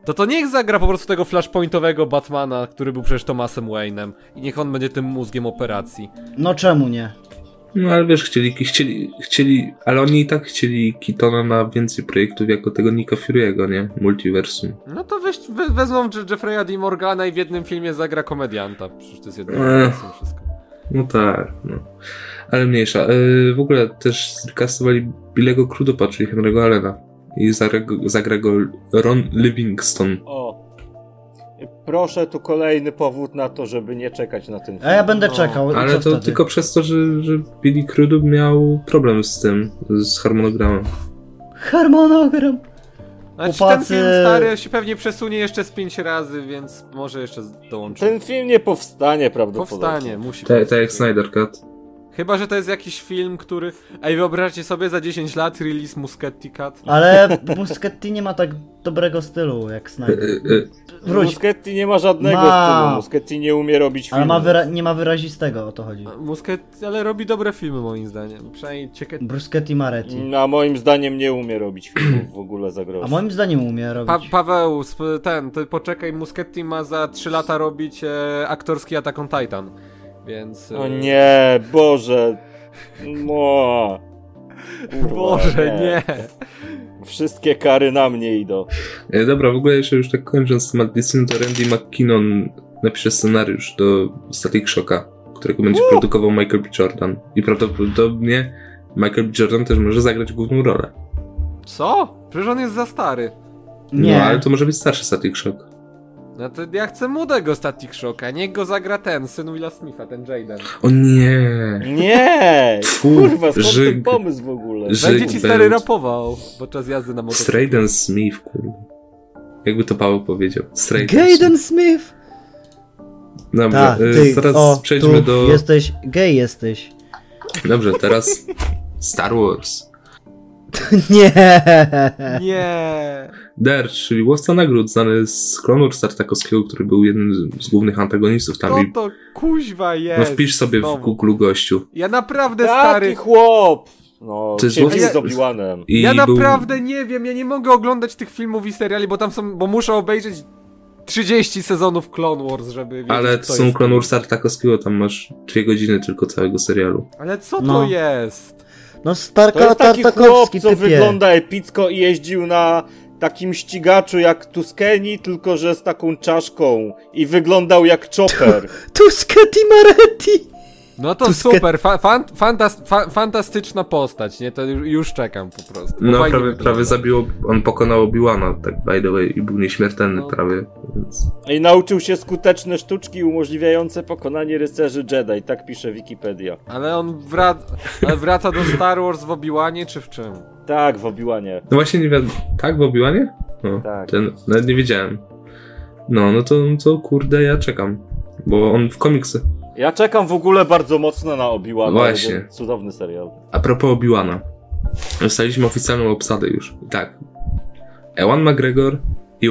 To niech zagra po prostu tego flashpointowego Batmana, który był przecież Thomasem Wayne'em. I niech on będzie tym mózgiem operacji. No czemu nie? No ale wiesz, chcieli, ale oni i tak chcieli Keatona na więcej projektów jako tego Nicka Fury'ego, nie? Multiversum. No to wezmą Jeffrey'a D. Morgana i w jednym filmie zagra komedianta. Przecież to jest jedno wszystko. No tak, no. Ale mniejsza. W ogóle też zrecastowali Billego Crudupa, czyli Henry'ego Allena. I zagra go Ron Livingston. O. Proszę, tu kolejny powód na to, żeby nie czekać na ten film. A ja będę czekał. Ale to wtedy? tylko przez to, że Billy Crudup miał problem z tym, z harmonogramem. Harmonogram! Znaczy Chłopacy... ten film stary się pewnie przesunie jeszcze z 5 razy, więc może jeszcze dołączy. Ten film nie powstanie prawdopodobnie. Powstanie, musi Tak jak Snyder Cut. Chyba, że to jest jakiś film, który... Ej, wyobraźcie sobie za 10 lat release Muschetti Cut. Ale Muschetti nie ma tak dobrego stylu jak Snyder. Wróć. Muschetti nie ma żadnego stylu. Muschetti nie umie robić filmów. Ale nie ma wyrazistego, o to chodzi. Muschetti, ale robi dobre filmy moim zdaniem. Przynajmniej ciekawe. Bruschetti Maretti. A moim zdaniem nie umie robić filmów w ogóle za grosz. A moim zdaniem umie robić. Paweł, ty poczekaj, Muschetti ma za 3 lata robić aktorski Attack on Titan. Więc... O nie, Boże. No. Kurwa, Boże, nie. Wszystkie kary na mnie idą. Dobra, w ogóle jeszcze już tak kończąc temat Disney, to Randy McKinnon napisze scenariusz do Static Shocka, którego będzie produkował Michael B. Jordan. I prawdopodobnie Michael B. Jordan też może zagrać główną rolę. Co? Przecież on jest za stary. Nie. No, ale to może być starszy Static Shock. No to ja chcę młodego Static Shocka, niech go zagra ten, syn Willa Smitha, ten Jaden. O nie! Nie! Kurwa, skąd Żyg. ten pomysł w ogóle? Będzie ci stary rapował podczas jazdy na motocyklu. Straden Smith, kurde. Jakby to Paweł powiedział. Gaden Smith! Dobra, teraz przejdźmy do... Jesteś. Dobrze, teraz Star Wars. Nie. Nie. Derch, czyli łowca nagród, znany z Clone Wars Tartakowskiego, który był jednym z głównych antagonistów tam. Co to kuźwa jest? No wpisz sobie w Google gościu. Ja naprawdę Taki stary... chłop! No, To jest siedzi łowca- z Obi-Wanem. Ja naprawdę nie wiem, ja nie mogę oglądać tych filmów i seriali, bo muszę obejrzeć 30 sezonów Clone Wars, żeby wiedzieć, Ale to kto są jest Clone kim. Wars Tartakowskiego, tam masz 2 godziny tylko całego serialu. Ale co No. to jest? No To Starka jest taki chłop, Tartakowski, co typie. wygląda epicko i jeździł na takim ścigaczu jak Tuscany, tylko że z taką czaszką i wyglądał jak Chopper. Tuschetti Maretti! No to super, fantastyczna postać, nie? To już czekam po prostu. bo No fajnie prawie wygląda. zabiło, on pokonał Obi-Wana, tak by the way, i był nieśmiertelny No. prawie, więc... I nauczył się skuteczne sztuczki umożliwiające pokonanie rycerzy Jedi, tak pisze Wikipedia. Ale on wraca do Star Wars w Obi-Wanie, czy w czym? Tak, w Obi-Wanie. No właśnie nie wiem, tak w Obi-Wanie? No, Tak. nawet nie wiedziałem. No to kurde, ja czekam, bo on w komiksy... Ja czekam w ogóle bardzo mocno na Obi-Wana. Właśnie. Będzie cudowny serial. A propos Obi-Wana. Dostaliśmy oficjalną obsadę już. I tak. Ewan McGregor,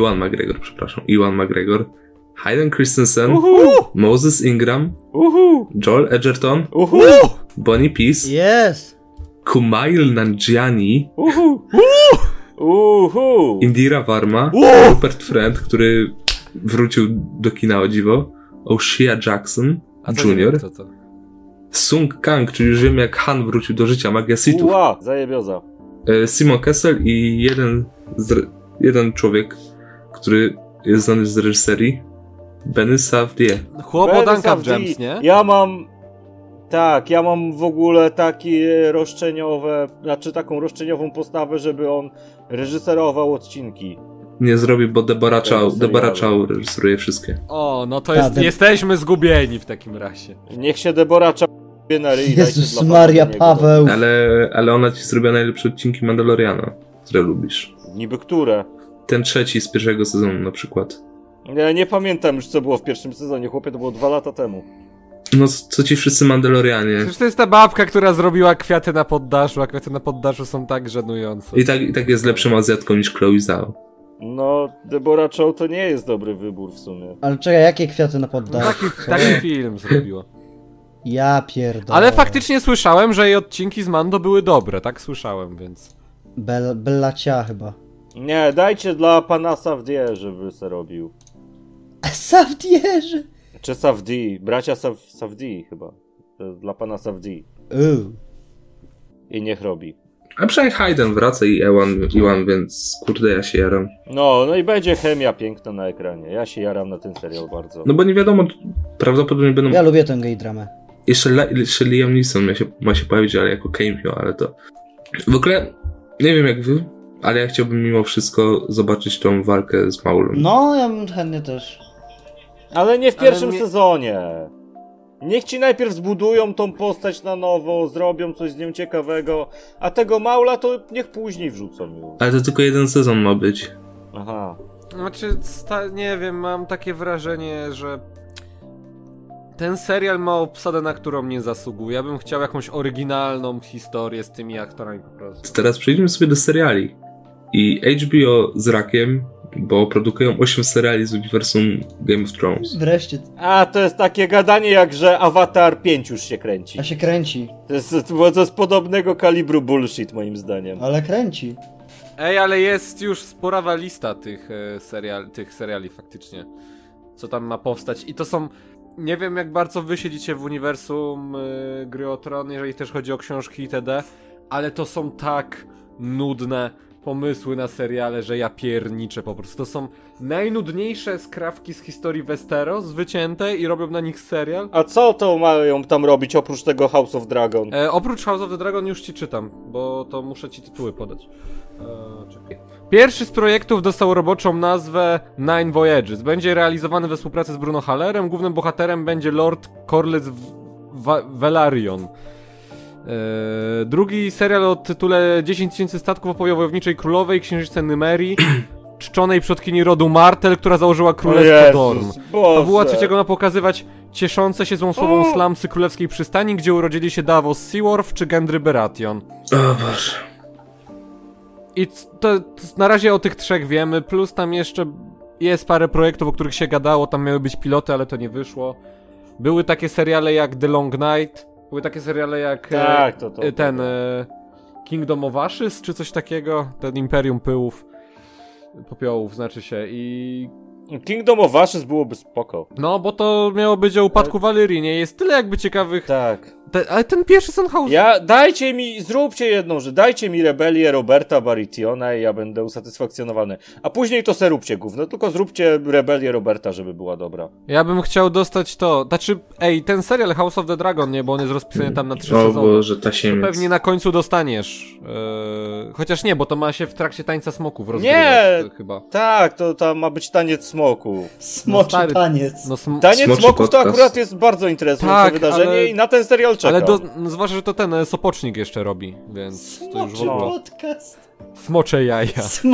Hayden Christensen, Moses Ingram, Joel Edgerton, Bonnie Peace, Yes! Kumail Nanjiani, Uhu! Indira Varma, Rupert Friend, który wrócił do kina o dziwo, O'Shea Jackson A co nie Jr., wiem, co to? Sung Kang, czyli już wiemy jak Han wrócił do życia, magia Sithów, Ua, zajebioza. Simon Kessel i jeden człowiek, który jest znany z reżyserii, Benny Safdie. Chłop od Uncut Gems, nie? Ja mam w ogóle takie roszczeniowe, taką roszczeniową postawę, żeby on reżyserował odcinki. Nie zrobił, bo Deborah serialu. Chow reżyseruje wszystkie. O, no to Tak, jesteśmy zgubieni w takim razie. Niech się Deborah na ryj. Jezus Maria, Paweł! Ale ona ci zrobiła najlepsze odcinki Mandaloriana, które lubisz. Niby które? Ten trzeci z pierwszego sezonu na przykład. Ja nie pamiętam już co było w pierwszym sezonie, chłopie, to było 2 lata temu. No co ci wszyscy Mandalorianie. Przecież to jest ta babka, która zrobiła kwiaty na poddaszu, a kwiaty na poddaszu są tak żenujące. I tak jest lepszym Azjatką niż Chloe Zhao. No, Deborah Chow to nie jest dobry wybór w sumie. Ale czekaj, jakie kwiaty na poddaszu? Taki film zrobiła. Ja pierdolę. Ale faktycznie słyszałem, że jej odcinki z Mando były dobre, tak słyszałem, więc... Bella Cia chyba. Nie, dajcie dla pana Safdie, żeby se robił. Safdierze! Czy Safdie, bracia Safdie chyba. To jest dla pana Safdie. I niech robi. A przynajmniej Hayden wraca i Iwan, więc kurde, ja się jaram. No i będzie chemia piękna na ekranie. Ja się jaram na ten serial bardzo. No bo nie wiadomo, prawdopodobnie będą... Ja lubię tę gay dramę. Jeszcze Liam Neeson ma się pojawić, ale jako cameo, ale to... W ogóle, nie wiem jak wy, ale ja chciałbym mimo wszystko zobaczyć tą walkę z Maulem. No, ja bym chętnie też. Ale nie w pierwszym sezonie. Niech ci najpierw zbudują tą postać na nowo, zrobią coś z nią ciekawego, a tego Maula to niech później wrzucą już. Ale to tylko jeden sezon ma być. Aha. Znaczy, nie wiem, mam takie wrażenie, że ten serial ma obsadę, na którą nie zasługuje. Ja bym chciał jakąś oryginalną historię z tymi aktorami po prostu. Teraz przejdźmy sobie do seriali. I HBO z rakiem, bo produkują 8 seriali z uniwersum Game of Thrones. Wreszcie. A, to jest takie gadanie jak, że Avatar 5 już się kręci. A się kręci. To jest podobnego kalibru bullshit moim zdaniem. Ale kręci. Ej, ale jest już sporawa lista tych seriali faktycznie. Co tam ma powstać. I to są... Nie wiem jak bardzo wy siedzicie w uniwersum Gry o Tron, jeżeli też chodzi o książki itd. Ale to są tak nudne pomysły na seriale, że ja pierniczę po prostu. To są najnudniejsze skrawki z historii Westeros wycięte i robią na nich serial. A co to mają tam robić oprócz tego House of Dragon? Oprócz House of the Dragon już ci czytam, bo to muszę ci tytuły podać. Czekaj. Pierwszy z projektów dostał roboczą nazwę Nine Voyages. Będzie realizowany we współpracy z Bruno Hallerem. Głównym bohaterem będzie Lord Corlys Velaryon. Drugi serial o tytule 10 000 statków opowie o wojowniczej królowej, księżniczce Nymerii, czczonej przodkini rodu Martell, która założyła królestwo Dorn. Fabuła trzeciego ma pokazywać cieszące się złą słową slumsy królewskiej przystani, gdzie urodzili się Davos Seaworth czy Gendry Baratheon. O Boże. I to na razie o tych trzech wiemy, plus tam jeszcze jest parę projektów, o których się gadało, tam miały być piloty, ale to nie wyszło. Były takie seriale jak The Long Night, były takie seriale jak Kingdom of Ashes, czy coś takiego, ten Imperium Pyłów, Popiołów znaczy się i... Kingdom of Ashes byłoby spoko. No, bo to miało być o upadku Valyrii, nie? Jest tyle jakby ciekawych... Tak. Ale ten pierwszy Son House... Zróbcie jedną rzecz, dajcie mi rebelię Roberta Baratheona i ja będę usatysfakcjonowany. A później to se róbcie gówno, tylko zróbcie rebelię Roberta, żeby była dobra. Ja bym chciał dostać to, znaczy, ten serial House of the Dragon, nie, bo on jest rozpisany tam na 3 o sezony. Boże, tasiemiec. To pewnie na końcu dostaniesz. Chociaż nie, bo to ma się w trakcie Tańca Smoków rozgrywać. Nie! Chyba. Tak, to tam ma być taniec smoków. Smoczy taniec. Taniec Smoczy smoków podcast. to akurat jest bardzo interesujące wydarzenie i na ten serial czekam. Ale zwłaszcza, że to ten Sopocznik jeszcze robi, więc to już w Smoczy ogóle... podcast. Smocze jaja.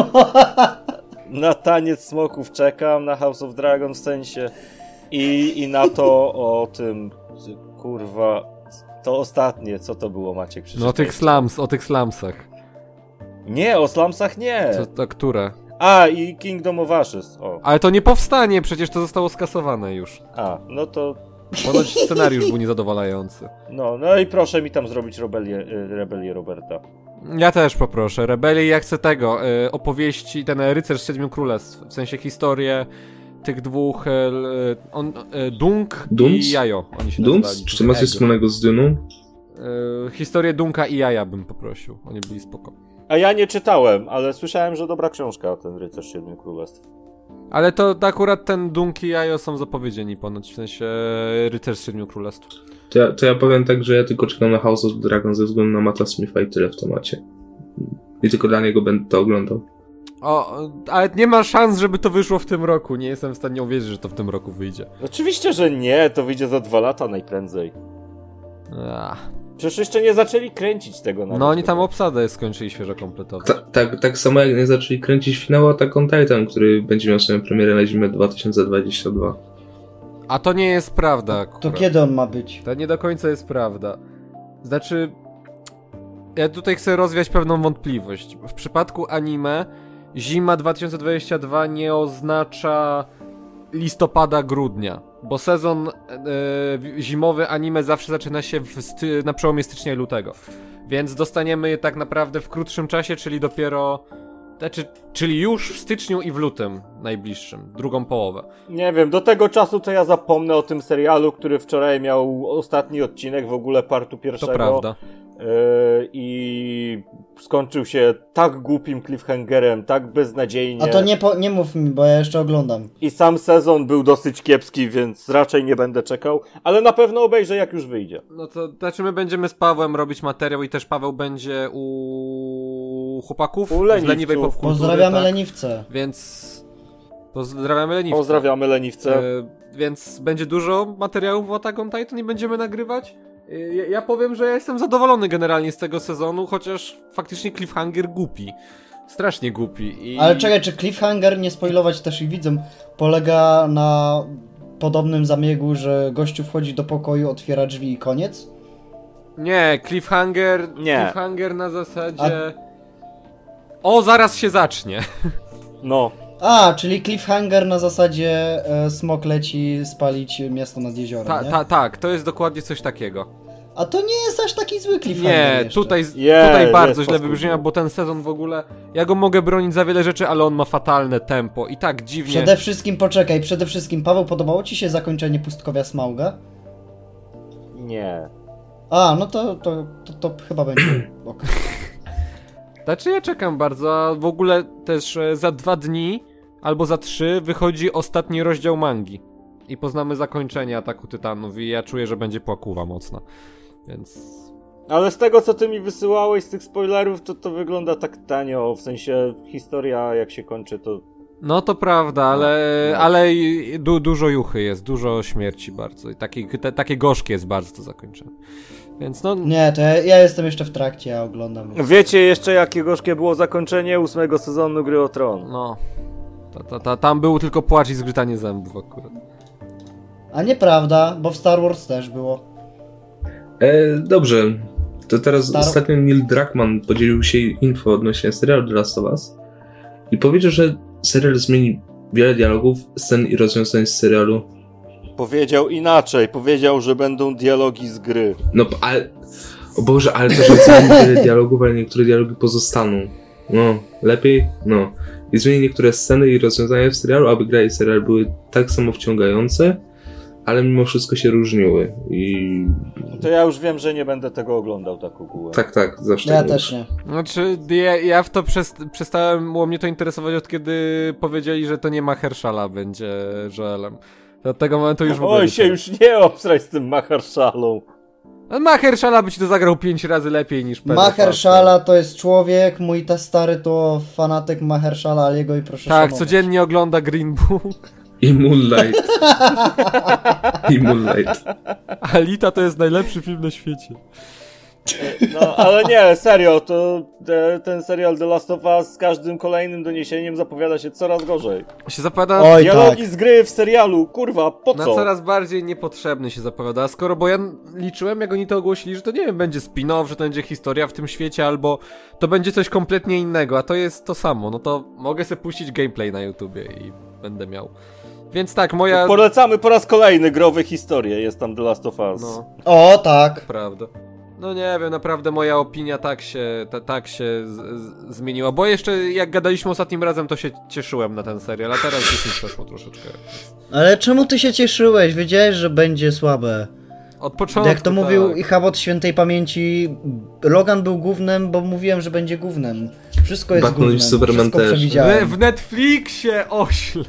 Na taniec smoków czekam, na House of Dragon w sensie i na to o tym, kurwa, to ostatnie, co to było, Maciek? No o tych slumsach. Nie, o slumsach nie. To które? A, i Kingdom of Ashes, o. Ale to nie powstanie, przecież to zostało skasowane już. A, no to... Ponoć scenariusz był niezadowalający. No i proszę mi tam zrobić rebelię Roberta. Ja też poproszę. Rebelii, ja chcę tego, opowieści, ten Rycerz Siedmiu Królestw, w sensie historię tych dwóch, Dunk i Jajo, oni się nazywali. Czy to ma coś wspólnego z Duną? Historię Dunka i Jaja bym poprosił, oni byli spoko. A ja nie czytałem, ale słyszałem, że dobra książka, ten Rycerz Siedmiu Królestw. Ale to akurat ten Dunk i Jajo są zapowiedzieni ponoć, w sensie Rycerz Siedmiu Królestw. To ja powiem tak, że ja tylko czekam na House of Dragon ze względu na Matta Smitha i tyle w temacie. I tylko dla niego będę to oglądał. Ale nie ma szans, żeby to wyszło w tym roku. Nie jestem w stanie uwierzyć, że to w tym roku wyjdzie. Oczywiście, że nie. To wyjdzie za 2 lata najprędzej. Przecież jeszcze nie zaczęli kręcić tego. No oni tam obsadę skończyli świeżo kompletować. Tak samo jak nie zaczęli kręcić finału Attack on Titan, który będzie miał swoją premierę na zimę 2022. A to nie jest prawda akurat. To kiedy on ma być? To nie do końca jest prawda. Znaczy... Ja tutaj chcę rozwiać pewną wątpliwość. W przypadku anime zima 2022 nie oznacza listopada, grudnia. Bo sezon zimowy anime zawsze zaczyna się na przełomie stycznia i lutego. Więc dostaniemy je tak naprawdę w krótszym czasie, czyli dopiero Znaczy, czyli już w styczniu i w lutym najbliższym, drugą połowę. Nie wiem, do tego czasu to ja zapomnę o tym serialu, który wczoraj miał ostatni odcinek w ogóle partu pierwszego. To prawda. I skończył się tak głupim cliffhangerem, tak beznadziejnie. A to nie mów mi, bo ja jeszcze oglądam. I sam sezon był dosyć kiepski, więc raczej nie będę czekał, ale na pewno obejrzę jak już wyjdzie. No to znaczy my będziemy z Pawłem robić materiał i też Paweł będzie u chłopaków U z leniwców. leniwej popkultury. Pozdrawiamy tak? leniwce. Więc pozdrawiamy leniwce. Pozdrawiamy leniwce. Więc będzie dużo materiałów o Attack on Titan i będziemy nagrywać. Ja powiem, że ja jestem zadowolony generalnie z tego sezonu, chociaż faktycznie cliffhanger głupi. Strasznie głupi. Ale czekaj, czy cliffhanger, nie spoilować też i widzom, polega na podobnym zabiegu, że gościu wchodzi do pokoju, otwiera drzwi i koniec? Nie, cliffhanger na zasadzie... O, zaraz się zacznie. No. Czyli cliffhanger na zasadzie smok leci spalić miasto nad jeziorem, nie? Tak, to jest dokładnie coś takiego. A to nie jest aż taki zły cliffhanger Nie, jeszcze. tutaj bardzo źle paskudny. wybrzmiał, bo ten sezon w ogóle... Ja go mogę bronić za wiele rzeczy, ale on ma fatalne tempo i tak dziwnie... Przede wszystkim, Paweł, podobało ci się zakończenie Pustkowia Smauga? Nie. No to chyba będzie ok. Znaczy ja czekam bardzo, a w ogóle też za 2 dni albo za 3 wychodzi ostatni rozdział mangi. I poznamy zakończenie Ataku Tytanów i ja czuję, że będzie płakuwa mocna. Więc... Ale z tego, co ty mi wysyłałeś, z tych spoilerów, to wygląda tak tanio, w sensie historia jak się kończy, to... No to prawda, ale dużo juchy jest, dużo śmierci bardzo i takie gorzkie jest bardzo to zakończenie. Więc no... Nie, to ja jestem jeszcze w trakcie, ja oglądam. Wiecie jeszcze, jakie gorzkie było zakończenie 8 sezonu Gry o Tron? No... Tam był tylko płacz i zgrzytanie zębów akurat. A nieprawda, bo w Star Wars też było. Dobrze, to teraz ostatnio Neil Druckmann podzielił się info odnośnie serialu The Last of Us i powiedział, że serial zmieni wiele dialogów, scen i rozwiązań z serialu. Powiedział inaczej, powiedział, że będą dialogi z gry. No, ale... O Boże, ale to, że zmieni wiele dialogów, ale niektóre dialogi pozostaną. No, lepiej? No. I zmieni niektóre sceny i rozwiązania w serialu, aby gra i serial były tak samo wciągające, ale mimo wszystko się różniły i... To ja już wiem, że nie będę tego oglądał tak ogółem. Tak, zawsze. Ja też nie. Znaczy, ja w to przestałem, było mnie to interesować od kiedy powiedzieli, że to nie Mahershalla będzie Joelem. Od tego momentu już w ogóle... Oj, się już nie obsrać z tym Mahershallą. Mahershalla by ci to zagrał 5 razy lepiej niż Pedro Mahershalla to jest człowiek, mój stary to fanatyk Mahershalla Aliego i proszę Tak, szanować. codziennie ogląda Green Book. I Moonlight. Alita to jest najlepszy film na świecie. No, ale nie, serio, to ten serial The Last of Us z każdym kolejnym doniesieniem zapowiada się coraz gorzej. Się zapowiada... Oj, Dialogi tak. z gry w serialu, kurwa, po Na co? coraz bardziej niepotrzebny się zapowiada, skoro, bo ja liczyłem, jak oni to ogłosili, że to nie wiem, będzie spin-off, że to będzie historia w tym świecie, albo to będzie coś kompletnie innego, a to jest to samo, no to mogę sobie puścić gameplay na YouTubie i będę miał. Więc tak, moja... Polecamy po raz kolejny growe historie, jest tam The Last of Us. No, O, tak. prawda. No nie wiem, naprawdę moja opinia tak się zmieniła, bo jeszcze jak gadaliśmy ostatnim razem, to się cieszyłem na ten serial, a teraz już mi przeszło troszeczkę. Ale czemu ty się cieszyłeś? Wiedziałeś, że będzie słabe. Od początku, Jak to tak. mówił Chabot świętej pamięci, Logan był gównem, bo mówiłem, że będzie gównem. Wszystko jest Batman i gównem. Superman Wszystko też. przewidziałem. W Netflixie, ośle!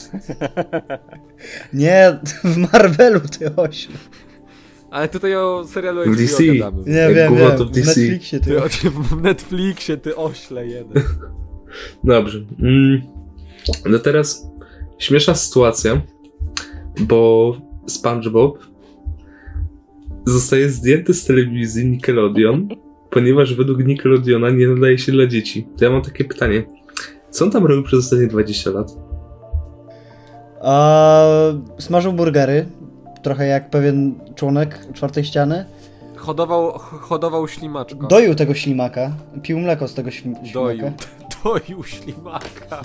Nie, w Marvelu ty ośle. Ale tutaj o serialu W DC. HBO gadamy. Nie Jak wiem, gówno wiem. to w W DC. Netflixie ty ośle. W Netflixie, ty ośle jeden. Dobrze. No teraz śmieszna sytuacja, bo SpongeBob zostaje zdjęty z telewizji Nickelodeon, ponieważ według Nickelodeona nie nadaje się dla dzieci. To ja mam takie pytanie. Co on tam robił przez ostatnie 20 lat? Smażył burgery, trochę jak pewien członek czwartej ściany. Hodował ślimaczka. Doił tego ślimaka, pił mleko z tego ślimaka. Doił ślimaka.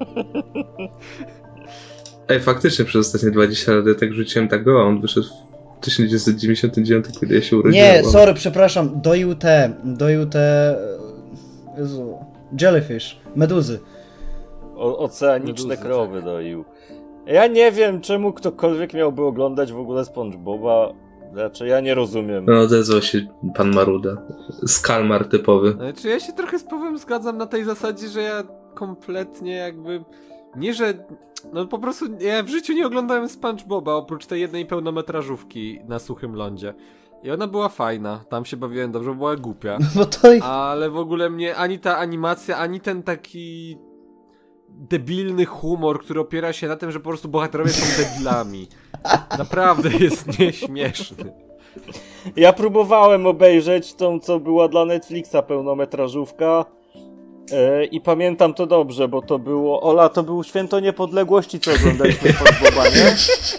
Ej, faktycznie przez ostatnie 20 lat ja tak rzuciłem tak go, a on wyszedł w 1999, kiedy ja się urodziłem. Nie, sorry, przepraszam, doił te... Jezu... Jellyfish, meduzy. Oceaniczne Meduzy, krowy tak. doił. Ja nie wiem, czemu ktokolwiek miałby oglądać w ogóle SpongeBoba. Znaczy, ja nie rozumiem. No odezwał się pan Maruda. Skalmar typowy. Czy ja się trochę z Pawłem zgadzam na tej zasadzie, że ja kompletnie jakby... Nie, że... No po prostu ja w życiu nie oglądałem SpongeBoba, oprócz tej jednej pełnometrażówki na suchym lądzie. I ona była fajna, tam się bawiłem dobrze, bo była głupia. Bo to Ale w ogóle mnie ani ta animacja, ani ten taki debilny humor, który opiera się na tym, że po prostu bohaterowie są debilami. Naprawdę jest nieśmieszny. Ja próbowałem obejrzeć tą, co była dla Netflixa pełnometrażówka i pamiętam to dobrze, bo to było... Ola, to był Święto Niepodległości, co oglądaliśmy SpongeBoba, nie?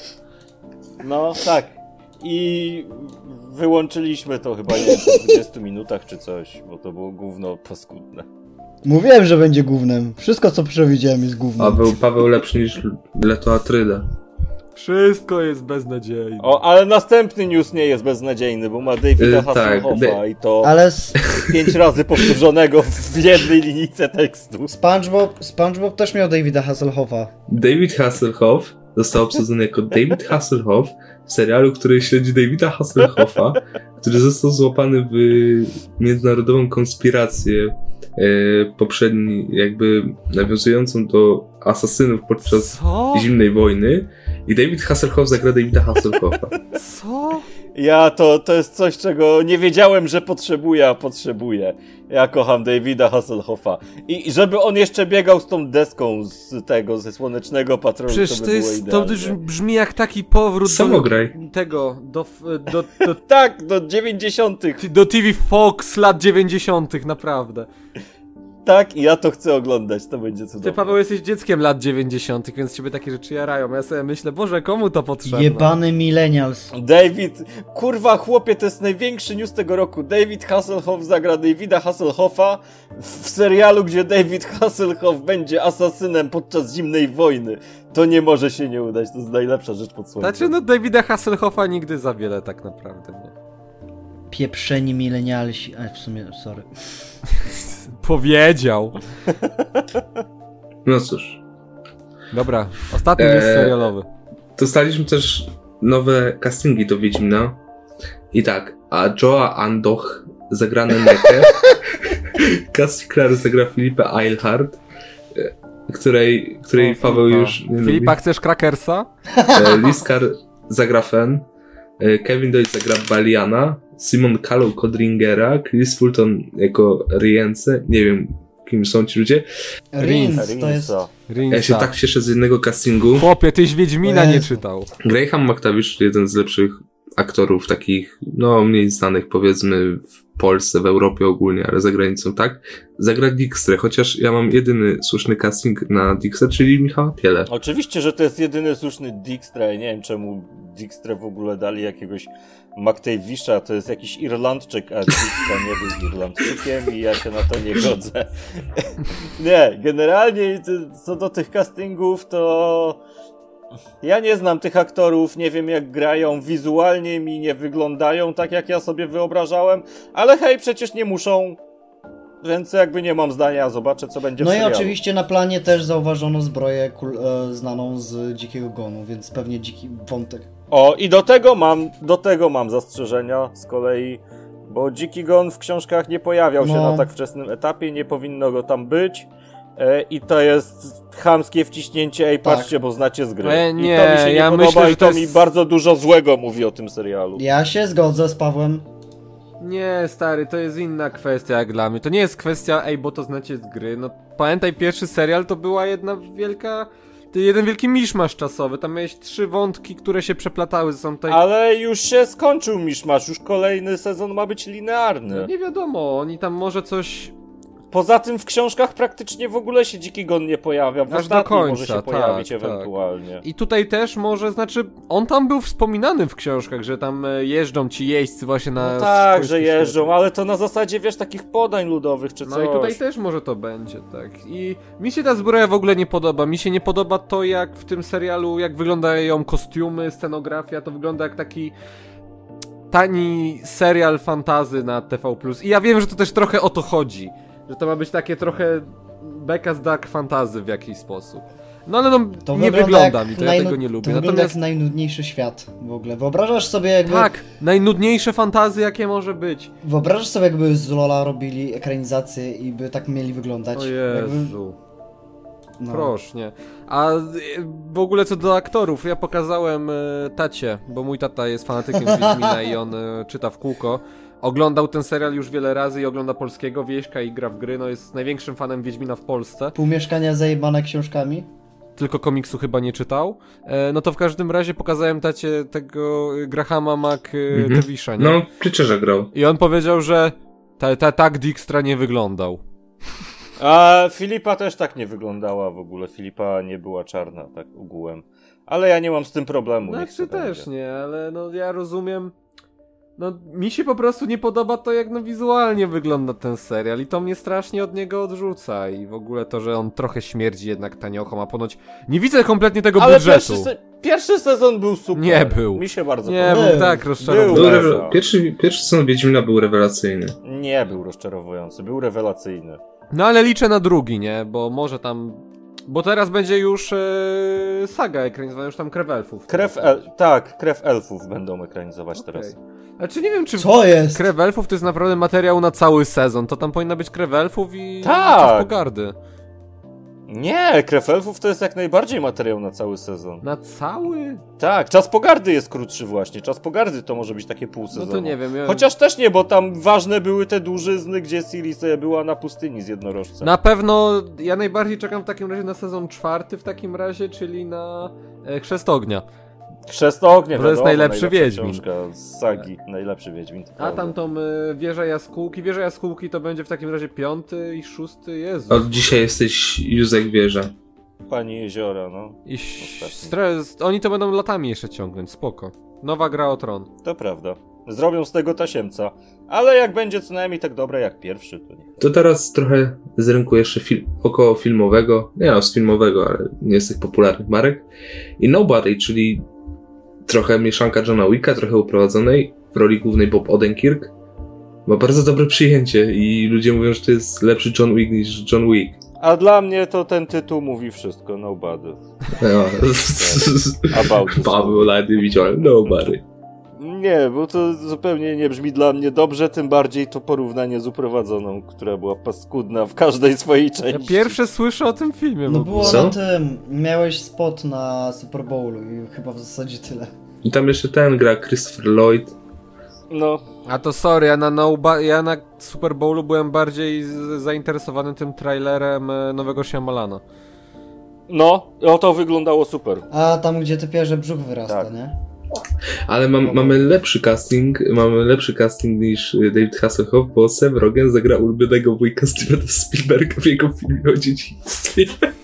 No, tak. I wyłączyliśmy to chyba, nie wiem, po 20 minutach czy coś, bo to było gówno paskudne. mówiłem, że będzie gównem. Wszystko, co przewidziałem, jest gównem. A był Paweł lepszy niż Leto Atryda. Wszystko jest beznadziejne. O, ale następny news nie jest beznadziejny, bo ma Davida Hasselhoffa tak, i to Ale 5 razy powtórzonego w jednej linijce tekstu. SpongeBob też miał Davida Hasselhoffa. David Hasselhoff został obsadzony jako David Hasselhoff w serialu, który śledzi Davida Hasselhoffa, który został złapany w międzynarodową konspirację poprzedni, jakby nawiązującą do asasynów podczas Co? zimnej wojny. I David Hasselhoff zagra Davida Hasselhoffa. Co? To jest coś, czego nie wiedziałem, że potrzebuję, a potrzebuję. Ja kocham Davida Hasselhoffa. I żeby on jeszcze biegał z tą deską ze Słonecznego Patrolu, Przecież to to by było jest, to idealnie. brzmi jak taki powrót Samograj. do tego, Tak, do 90. do TV Fox lat 90. naprawdę. Tak, i ja to chcę oglądać, to będzie Ty, cudowne. Paweł, jesteś dzieckiem lat 90., więc ciebie takie rzeczy jarają. Ja sobie myślę, Boże, komu to potrzebne? Jebany millennials. David, kurwa chłopie, to jest największy news tego roku. David Hasselhoff zagra Davida Hasselhoffa w serialu, gdzie David Hasselhoff będzie asasynem podczas zimnej wojny. To nie może się nie udać, to jest najlepsza rzecz pod słońcem. Znaczy, no Davida Hasselhoffa nigdy za wiele tak naprawdę, nie? Pieprzeni millennialsi. Ale w sumie, sorry. Powiedział. No cóż. Dobra, ostatni news serialowy. Dostaliśmy też nowe castingi do Wiedźmina. I tak, a Joa Andoch zagra Nenekę. Cassie Clare zagra Filipę Eilhart, której Paweł już nie lubi. Filipa, chcesz krakersa? Liz Carr zagra Fen, Kevin Doyle zagra Baliana, Simon Callow Codringera, Chris Fulton jako Rience, nie wiem kim są ci ludzie. Rins, to jest... Ja się tak cieszę z jednego castingu. Chłopie, tyś Wiedźmina nie czytał. Graham McTavish, jeden z lepszych aktorów takich, no mniej znanych powiedzmy w Polsce, w Europie ogólnie, ale za granicą tak, zagra Dijkstrę, chociaż ja mam jedyny słuszny casting na Dijkstrę, czyli Michała Pielę. Oczywiście, że to jest jedyny słuszny Dijkstra. Ja nie wiem, czemu Dijkstrę w ogóle dali jakiegoś McTavisha. To jest jakiś Irlandczyk, a Dijkstra nie był Irlandczykiem i ja się na to nie godzę. Nie, generalnie co do tych castingów, to ja nie znam tych aktorów, nie wiem jak grają, wizualnie mi nie wyglądają tak jak ja sobie wyobrażałem, ale hej, przecież nie muszą. Więc jakby nie mam zdania, zobaczę co będzie w No i serialu. oczywiście na planie też zauważono zbroję znaną z Dzikiego Gonu, więc pewnie dziki wątek. O, i do tego mam zastrzeżenia z kolei, bo Dziki Gon w książkach nie pojawiał się na tak wczesnym etapie, nie powinno go tam być. I to jest chamskie wciśnięcie, ej patrzcie, bo znacie z gry. Nie, I to mi się nie ja podoba myślę, i że to to mi jest... bardzo dużo złego mówi o tym serialu. Ja się zgodzę z Pawłem. Nie, stary, to jest inna kwestia jak dla mnie. To nie jest kwestia, ej, bo to znacie z gry. No pamiętaj, pierwszy serial to była jeden wielki miszmasz czasowy. Tam miałeś 3 wątki, które się przeplatały ze sobą. Ale już się skończył miszmasz, już kolejny sezon ma być linearny. No nie wiadomo, oni tam może coś... Poza tym w książkach praktycznie w ogóle się Dziki Gon nie pojawia. W Aż do ostatnim końca, może się tak, pojawić tak. ewentualnie. I tutaj też może, znaczy, on tam był wspominany w książkach, że tam jeżdżą ci jeźdźcy właśnie na... No tak, końskie że jeżdżą, świety. ale to na zasadzie, wiesz, takich podań ludowych czy coś. No i tutaj też może to będzie, tak. I mi się ta zbroja w ogóle nie podoba. Mi się nie podoba to, jak w tym serialu, jak wyglądają kostiumy, scenografia, to wygląda jak taki tani serial fantazy na TV+. I ja wiem, że to też trochę o to chodzi. Że to ma być takie trochę beka z dark fantasy w jakiś sposób. No ale no, To nie wygląda mi to, ja tego nie lubię. To wygląda Natomiast jak najnudniejszy świat w ogóle. Wyobrażasz sobie jakby... tak, najnudniejsze fantazy jakie może być. Wyobrażasz sobie jakby z LoL'a robili ekranizację i by tak mieli wyglądać. O Jakby... Jezu. No. Proszę, nie. A w ogóle co do aktorów, ja pokazałem tacie, bo mój tata jest fanatykiem Wiedźmina i on czyta w kółko. Oglądał ten serial już wiele razy i ogląda polskiego Wieśka i gra w gry, no jest największym fanem Wiedźmina w Polsce. Pół mieszkania zajebane książkami. Tylko komiksu chyba nie czytał. No to w każdym razie pokazałem tacie tego Grahama McTavisha, nie? No, Preacherza grał. I on powiedział, że tak Dijkstra nie wyglądał. A Filipa też tak nie wyglądała w ogóle. Filipa nie była czarna, tak ogółem. Ale ja nie mam z tym problemu. niech Znaczy to też będzie. nie, ale no ja rozumiem. No mi się po prostu nie podoba to, jak no wizualnie wygląda ten serial i to mnie strasznie od niego odrzuca i w ogóle to, że on trochę śmierdzi jednak taniochą, a ponoć nie widzę kompletnie tego Ale budżetu. pierwszy sezon był super. Nie był. Mi się bardzo Nie, podobał. był tak rozczarowany. Był Pierwszy sezon Wiedźmina był rewelacyjny. Nie był rozczarowujący, był rewelacyjny. No ale liczę na drugi, nie? Bo może tam... Bo teraz będzie już saga ekranizowana, już tam Krew Elfów. Krew Elfów będą ekranizować teraz. Znaczy nie wiem, czy Co jest? Krew Elfów to jest naprawdę materiał na cały sezon. To tam powinna być Krew Elfów i Tak. Czas Pogardy. Nie, Krew Elfów to jest jak najbardziej materiał na cały sezon. Na cały? Tak, Czas Pogardy jest krótszy właśnie. Czas Pogardy to może być takie pół No sezonu. to nie wiem. Chociaż też nie, bo tam ważne były te dłużyzny, gdzie Ciri sobie była na pustyni z jednorożcem. Na pewno ja najbardziej czekam w takim razie na sezon 4 w takim razie, czyli na Chrzest Ognia. Chrzest Ognia, To jest najlepszy najlepsza Wiedźmin. książka z sagi, najlepszy Wiedźmin. to A prawda. tam tą Wieża Jaskółki. Wieża Jaskółki to będzie w takim razie 5. i 6. Jezu. Od dzisiaj jesteś Józek Wieża. Pani Jeziora, no. I Ostatni. oni to będą latami jeszcze ciągnąć, spoko. Nowa gra o tron. To prawda. Zrobią z tego tasiemca. Ale jak będzie co najmniej tak dobre jak pierwszy, to nie. To teraz trochę z rynku jeszcze około filmowego, nie no, z filmowego, ale nie z tych popularnych marek. I Nobody, czyli trochę mieszanka Johna Wicka, trochę uprowadzonej, w roli głównej Bob Odenkirk. Ma bardzo dobre przyjęcie i ludzie mówią, że to jest lepszy John Wick niż John Wick. A dla mnie to ten tytuł mówi wszystko. Nobody. No. About this. Paweł Lady widziałem Nobody. Nie, bo to zupełnie nie brzmi dla mnie dobrze, tym bardziej to porównanie z uprowadzoną, która była paskudna w każdej swojej Ja części. pierwsze słyszę o tym filmie. No w ogóle. było Co? na tym, miałeś spot na Super Bowlu i chyba w zasadzie tyle. I tam jeszcze ten gra Christopher Lloyd. No, A to sorry, ja na Super Bowlu byłem bardziej zainteresowany tym trailerem nowego Shyamalana. no, to wyglądało super. A tam gdzie typie, że brzuch wyrasta, Tak. nie? Ale mamy lepszy casting niż David Hasselhoff, bo Seth Rogen zagra ulubionego wujka Stevena Spielberga w jego filmie o dzieciństwie.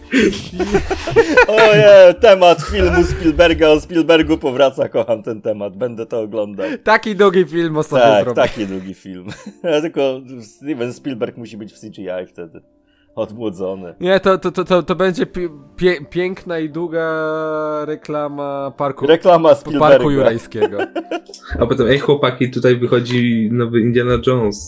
Ojej, temat filmu Spielberga o Spielbergu powraca, kocham ten temat, będę to oglądał. Taki długi film o sobie Tak, zrobił. taki długi film. Tylko Steven Spielberg musi być w CGI wtedy. Odmłodzony. Nie, to będzie piękna i długa reklama Reklama Spielberga. Parku Jurajskiego. A potem, ej chłopaki, tutaj wychodzi nowy Indiana Jones.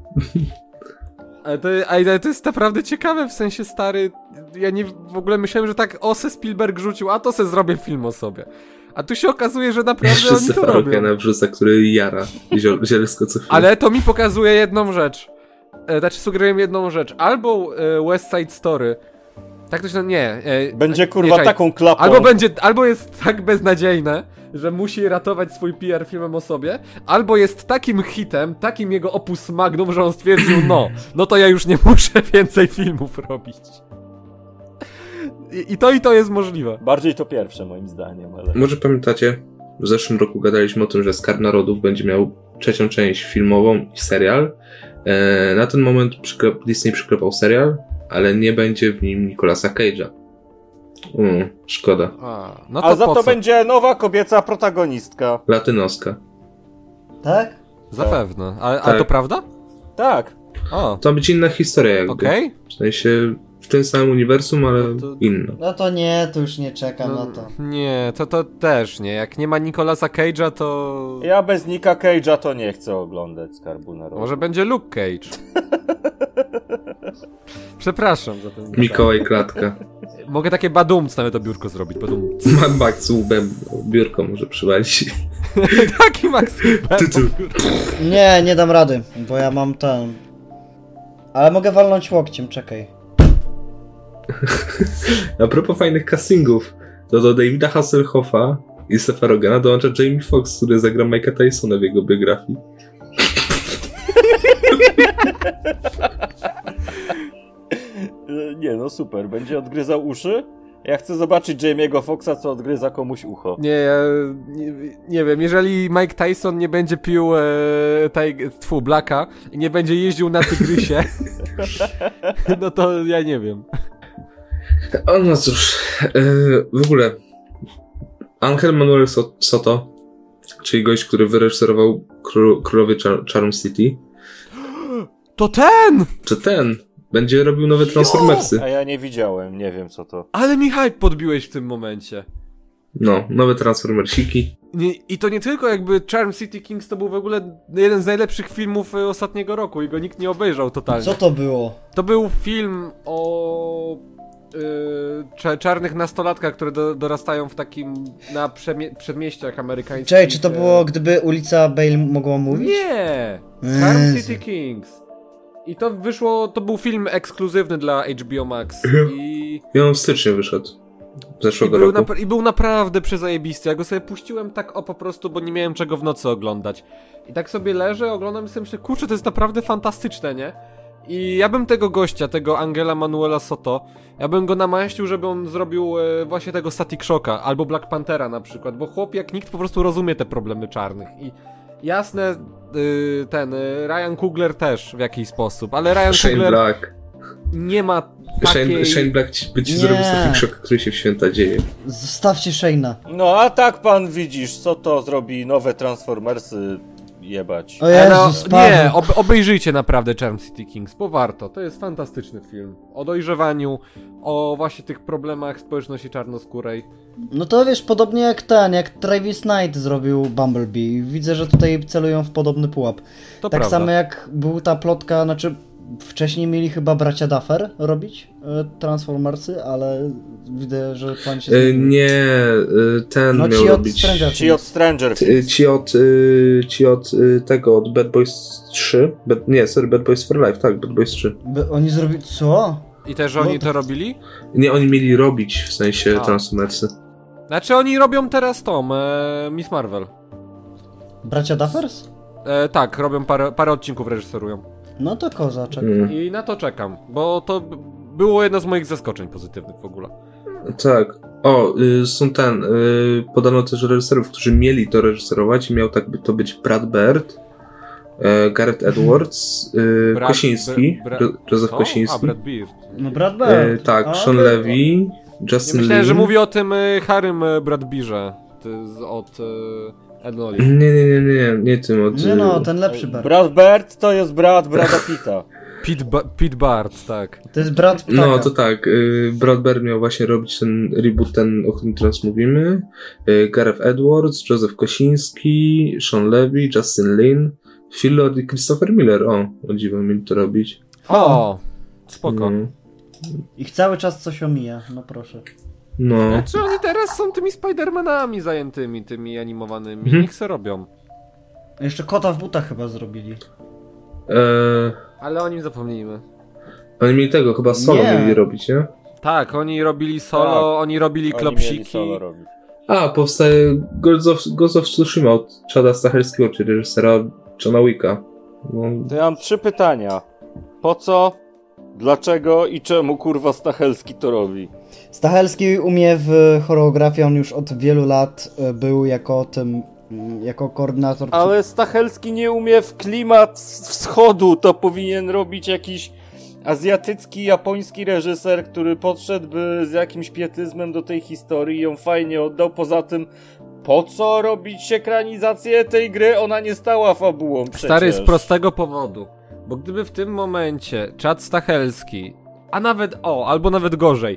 Ale to jest naprawdę ciekawe, w sensie stary, ja nie w ogóle myślałem, że tak se Spielberg rzucił, a to se zrobię film o sobie. A tu się okazuje, że naprawdę Jeszcze oni to Seth robią. Rogena wrzuca, który jara zielsko co chwilę. Ale to mi pokazuje jedną rzecz. Znaczy sugeruję jedną rzecz. Albo West Side Story. Tak to się... Nie. Będzie kurwa czekaj. taką klapą. Albo jest tak beznadziejne, że musi ratować swój PR filmem o sobie, albo jest takim hitem, takim jego opus magnum, że on stwierdził, no to ja już nie muszę więcej filmów robić. I to jest możliwe. Bardziej to pierwsze moim zdaniem, ale... Może pamiętacie, w zeszłym roku gadaliśmy o tym, że Skarb Narodów będzie miał trzecią część filmową i serial. Na ten moment Disney przyklepał serial, ale nie będzie w nim Nicolasa Cage'a. Szkoda. No to A za po to co? będzie nowa kobieca protagonistka. Latynoska. Tak? Zapewne. A Tak. to prawda? Tak. O, To ma być inna historia jakby. okej. W sensie w tym samym uniwersum, ale No to- inna. No to nie, to już nie czekam na to. Nie, to też nie. Jak nie ma Nicolasa Cage'a, to... Ja bez Nika Cage'a to nie chcę oglądać Skarbu Narodu. Może będzie Luke Cage. Przepraszam za ten... Mikołaj Klatka. Mogę takie badumc nawet o biurko zrobić, badumc. Max łbem biurko może przywalić. Taki Max Nie dam rady, bo ja mam ten... Ale mogę walnąć łokciem, czekaj. A propos fajnych castingów, to do Davida Hasselhoffa i Stefa Rogana dołącza Jamie Foxx, który zagra Mike'a Tysona w jego biografii. Nie no, super. Będzie odgryzał uszy? Ja chcę zobaczyć Jamie'ego Foxa, co odgryza komuś ucho. Nie, ja nie wiem, jeżeli Mike Tyson nie będzie pił Blacka i nie będzie jeździł na tygrysie, no to ja nie wiem. O no cóż, w ogóle Angel Manuel Soto, czyli gość, który wyreżyserował Królowie Charm City. To ten! To ten! Będzie robił nowe Transformersy. A ja nie widziałem, nie wiem co to. Ale mi hype podbiłeś w tym momencie. No, nowe Transformersiki. I to nie tylko jakby Charm City Kings to był w ogóle jeden z najlepszych filmów ostatniego roku i go nikt nie obejrzał totalnie. Co to było? To był film o czarnych nastolatkach, które dorastają w takim na przedmieściach amerykańskich. Czekaj, czy to było, gdyby ulica Bale mogła mówić? Nie! Charm City Kings. I to wyszło, to był film ekskluzywny dla HBO Max. I on w styczniu wyszedł. Zeszłego roku. I był naprawdę przezajebisty. Ja go sobie puściłem tak po prostu, bo nie miałem czego w nocy oglądać. I tak sobie leżę, oglądam i sobie myślę, kurczę, to jest naprawdę fantastyczne, nie? I ja bym tego gościa, tego Angela Manuela Soto, ja bym go namaścił, żeby on zrobił właśnie tego Static Shocka, albo Black Panthera na przykład, bo chłop jak nikt po prostu rozumie te problemy czarnych. I jasne, Ryan Coogler też w jakiś sposób, ale Ryan Coogler Black. Nie ma takiej... Shane Black ci zrobił Static Shock, który się w święta dzieje. Zostawcie Shane'a. No a tak pan widzisz, co to zrobi nowe Transformersy jebać. O Jezus, nie, obejrzyjcie naprawdę Charm City Kings, bo warto. To jest fantastyczny film. O dojrzewaniu, o właśnie tych problemach społeczności czarnoskórej. No to wiesz, podobnie jak Travis Knight zrobił Bumblebee. Widzę, że tutaj celują w podobny pułap. To tak prawda. samo jak był ta plotka, znaczy wcześniej mieli chyba bracia Duffer robić Transformersy, ale widzę, że plan się zmienił. Nie, ten no, miał robić. Ci od Stranger Things. Ci od tego, od Bad Boys 3. Bad Boys for Life, tak, Bad Boys 3. Oni zrobili... Co? I też oni to robili? Nie, oni mieli robić, w sensie Transformersy. Znaczy oni robią teraz Miss Marvel. Bracia Duffers? Tak, robią parę odcinków, reżyserują. No to kozaczek. I na to czekam, bo to było jedno z moich zaskoczeń pozytywnych w ogóle. Tak. Są podano też reżyserów, którzy mieli to reżyserować i miał to być Brad Bird, Gareth Edwards, Kosiński, Józef Kosiński. Brad Bird. No Brad Bird. Tak, Sean Levy, Justin Myślałem, Lin. że mówi o tym Harrym Brad Birze od Ednoli. Nie tym od... Nie no, ten lepszy Bird. Brad Bird to jest brat Brada Pitta. Pete Bart, tak. To jest brat Ptaka. No to tak, Brad Bird miał właśnie robić ten reboot, ten o którym teraz mówimy. Gareth Edwards, Józef Kosiński, Sean Levy, Justin Lin, Phil Lord i Christopher Miller. O dziwo, mieli to robić. Spoko. Ich cały czas coś omija, no proszę. No. Znaczy oni teraz są tymi Spider-Manami zajętymi, tymi animowanymi. Niech se robią. Jeszcze Kota w butach chyba zrobili. Ale o nim zapomnijmy. Oni mieli tego, chyba solo mieli robić, nie? Tak, oni robili solo, Tak. oni robili klopsiki. Powstaje Ghost of Tsushima od Chada Stahelskiego, czyli reżysera Johna Wicka. To ja mam 3 pytania. Po co, dlaczego i czemu kurwa Stachelski to robi? Stachelski umie w choreografię, on już od wielu lat był jako koordynator. Ale Stachelski nie umie w klimat wschodu, to powinien robić jakiś azjatycki, japoński reżyser, który podszedłby z jakimś pietyzmem do tej historii i ją fajnie oddał. Poza tym, po co robić ekranizację tej gry? Ona nie stała fabułą przecież. Stary, z prostego powodu. Bo gdyby w tym momencie Chad Stahelski, albo nawet gorzej,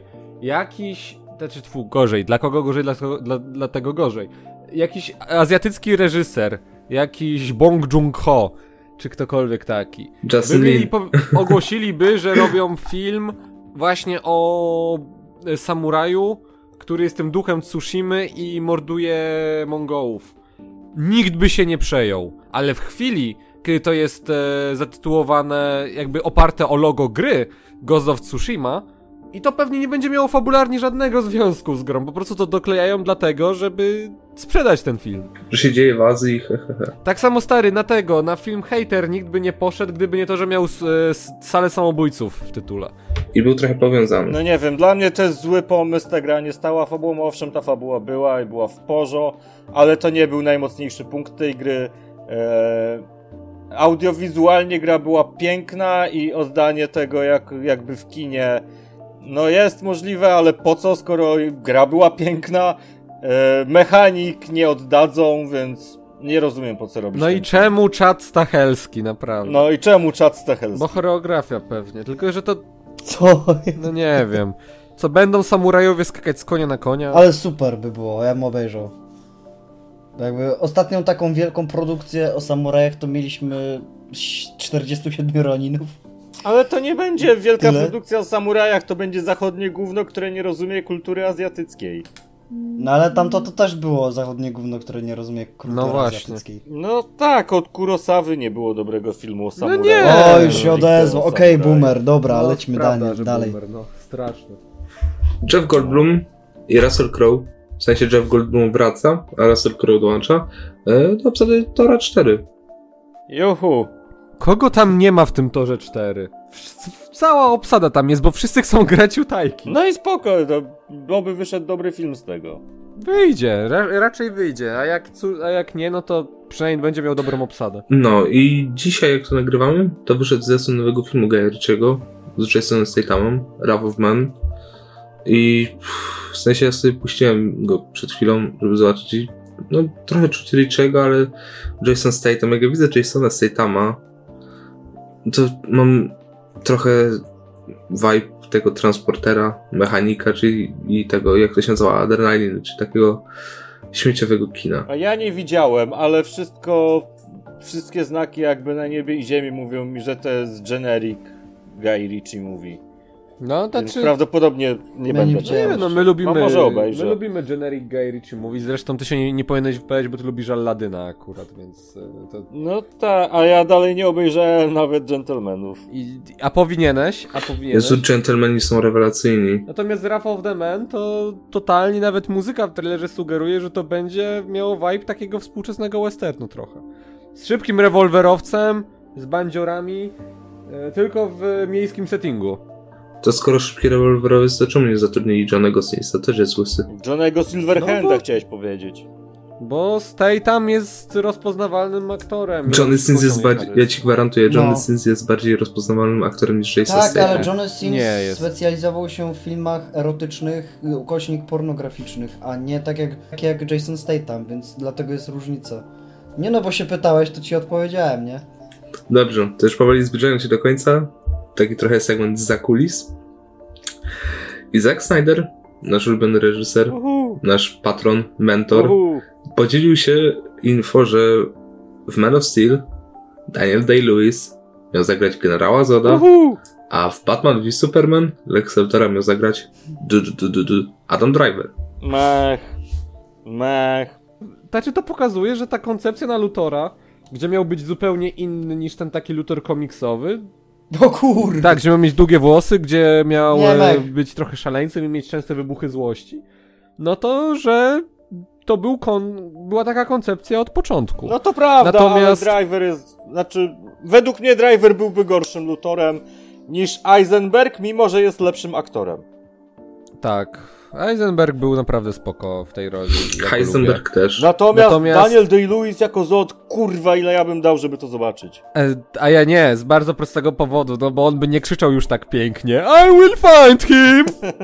gorzej, dla kogo gorzej, dla tego gorzej, jakiś azjatycki reżyser, jakiś Bong Joon-ho, czy ktokolwiek taki. Justin Lin. Ogłosiliby, że robią film właśnie o samuraju, który jest tym duchem Tsushimy i morduje Mongołów. Nikt by się nie przejął, ale w chwili, kiedy to jest zatytułowane, jakby oparte o logo gry Ghost of Tsushima, i to pewnie nie będzie miało fabularnie żadnego związku z grą, po prostu to doklejają dlatego, żeby sprzedać ten film. Że się dzieje w Azji, hehehe. Tak samo stary, na film Hater nikt by nie poszedł, gdyby nie to, że miał salę samobójców w tytule. I był trochę powiązany. No nie wiem, dla mnie to jest zły pomysł, ta gra nie stała fabułą, owszem ta fabuła była i była w porządku, ale to nie był najmocniejszy punkt tej gry. Audiowizualnie gra była piękna i oddanie tego jakby w kinie no jest możliwe, ale po co, skoro gra była piękna, mechanik nie oddadzą, więc nie rozumiem, po co robić. No i czemu Chad Stahelski, naprawdę? No i czemu Chad Stahelski? Bo choreografia pewnie, tylko że to... Co? No nie wiem. Co, będą samurajowie skakać z konia na konia? Ale super by było, ja bym obejrzał. Jakby ostatnią taką wielką produkcję o samurajach to mieliśmy 47 Roninów. Ale to nie będzie wielka Tyle? produkcja o samurajach, to będzie zachodnie gówno, które nie rozumie kultury azjatyckiej. No ale tamto to też było zachodnie gówno, które nie rozumie kultury azjatyckiej. No tak, od Kurosawy nie było dobrego filmu o samurajach. nie! O, już się odezwał. Okej, boomer, dobra, lećmy dalej. Boomer, no, straszne. Jeff Goldblum i Russell Crowe, w sensie Jeff Goldblum wraca, a Russell Crowe dołącza, do obsady Tora 4. Juhu. Kogo tam nie ma w tym Torze 4? Cała obsada tam jest, bo wszyscy chcą grać Jutajki. No i spoko, to by wyszedł dobry film z tego. Wyjdzie, raczej wyjdzie, a jak nie, no to przynajmniej będzie miał dobrą obsadę. No i dzisiaj, jak to nagrywamy, to wyszedł zwiastun nowego filmu Guya Ritchiego z Jasonem Stathamem, Wrath of Man. I w sensie ja sobie puściłem go przed chwilą, żeby zobaczyć. No trochę czuć Ritchiego, ale Jason Statham, jak ja widzę Jasona Stathama, to mam trochę vibe tego transportera, mechanika, czyli i tego, jak to się nazywa, Adrenaline, czy takiego śmieciowego kina. A ja nie widziałem, ale wszystkie znaki jakby na niebie i ziemi mówią mi, że to jest generic Guy Ritchie movie. No, to Więc czy... prawdopodobnie nie będę. Nie, no my lubimy, może obejrzę. my lubimy generic Guy Ritchie mówi. Zresztą ty się nie powinieneś wypowiedzieć, bo ty lubisz Aladyna akurat, więc to... No tak, a ja dalej nie obejrzałem nawet Gentlemanów. A powinieneś. Jezu, Gentlemani są rewelacyjni. Natomiast Wrath of the Man to totalnie nawet muzyka w trailerze sugeruje, że to będzie miało vibe takiego współczesnego westernu trochę. Z szybkim rewolwerowcem, z bandziorami, tylko w miejskim settingu. To skoro szybki rewolwerowiec, to czemu nie zatrudnili Johnego Sinisa? Też jest łysy. Johnego Silverhanda bo... chciałeś powiedzieć. Bo Statham jest rozpoznawalnym aktorem. Johnny Sins jest bardziej, ja ci gwarantuję, Johnny No. Sins jest bardziej rozpoznawalnym aktorem niż Jason Tak, Statham. ale Johnny Sins Nie jest. specjalizował się w filmach erotycznych, ukośnik pornograficznych, a nie tak jak Jason Statham, więc dlatego jest różnica. Nie no, bo się pytałeś, to ci odpowiedziałem, nie? Dobrze, to już powoli zbliżając się do końca. Taki trochę segment zza kulis. I Zack Snyder, nasz ulubiony reżyser, nasz patron, mentor, podzielił się info, że w Man of Steel Daniel Day-Lewis miał zagrać generała Zoda, a w Batman v Superman Lex Luthora miał zagrać Adam Driver. Mech. Znaczy to pokazuje, że ta koncepcja na Luthora, gdzie miał być zupełnie inny niż ten taki Luthor komiksowy. O kurde! Tak, gdzie miał mieć długie włosy, gdzie miał być trochę szaleńcem i mieć częste wybuchy złości. No to, że to była taka koncepcja od początku. No to prawda, Natomiast... ale Driver jest... Znaczy, według mnie Driver byłby gorszym Luthorem niż Eisenberg, mimo że jest lepszym aktorem. Tak. Eisenberg był naprawdę spoko w tej roli. Heisenberg też. Natomiast Daniel Day-Lewis jako Zod, kurwa, ile ja bym dał, żeby to zobaczyć. A ja nie, z bardzo prostego powodu, no bo on by nie krzyczał już tak pięknie I will find him!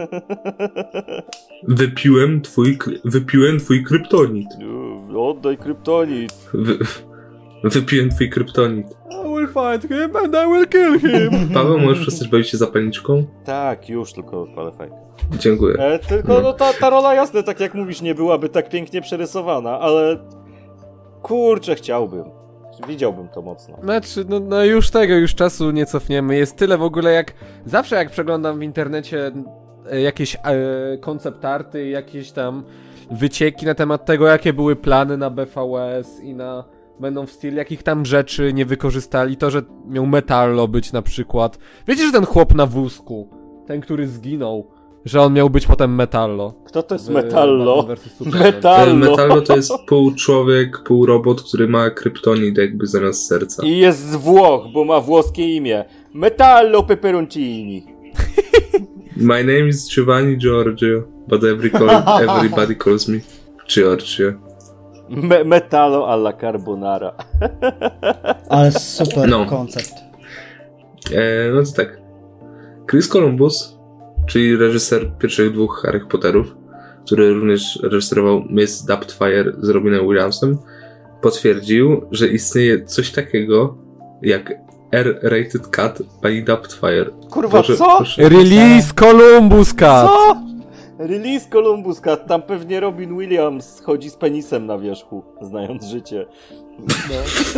Wypiłem twój kryptonit. Oddaj kryptonit. Wypiłem twój kryptonit. I will find him and I will kill him! Paweł, możesz przestać bawić się zapalniczką? Tak, już, tylko odpalę fajkę. Dziękuję. Tylko no ta rola jasne, tak jak mówisz, nie byłaby tak pięknie przerysowana, ale kurczę, chciałbym. Widziałbym to mocno. Znaczy, no już czasu nie cofniemy. Jest tyle w ogóle jak... Zawsze jak przeglądam w internecie jakieś concept arty, jakieś tam wycieki na temat tego, jakie były plany na BVS i na Man of Steel, jakich tam rzeczy nie wykorzystali. To, że miał Metallo być na przykład. Wiecie, że ten chłop na wózku, ten, który zginął, że on miał być potem Metallo. Kto to jest Metallo? Metallo to jest pół człowiek, pół robot, który ma kryptonit jakby zamiast serca. I jest z Włoch, bo ma włoskie imię. Metallo Peperoncini. My name is Giovanni Giorgio, but everybody calls me Giorgio. Metallo alla carbonara. Ale super koncept. No to tak. Chris Columbus, czyli reżyser pierwszych 2 Harry Potterów, który również reżyserował Miss Doubtfire z Robinem Williamsem, potwierdził, że istnieje coś takiego jak R-rated cut pani Doubtfire. Kurwa, co? Release Columbus Cut! Co? Release Columbus Cut. Tam pewnie Robin Williams chodzi z penisem na wierzchu, znając życie. No.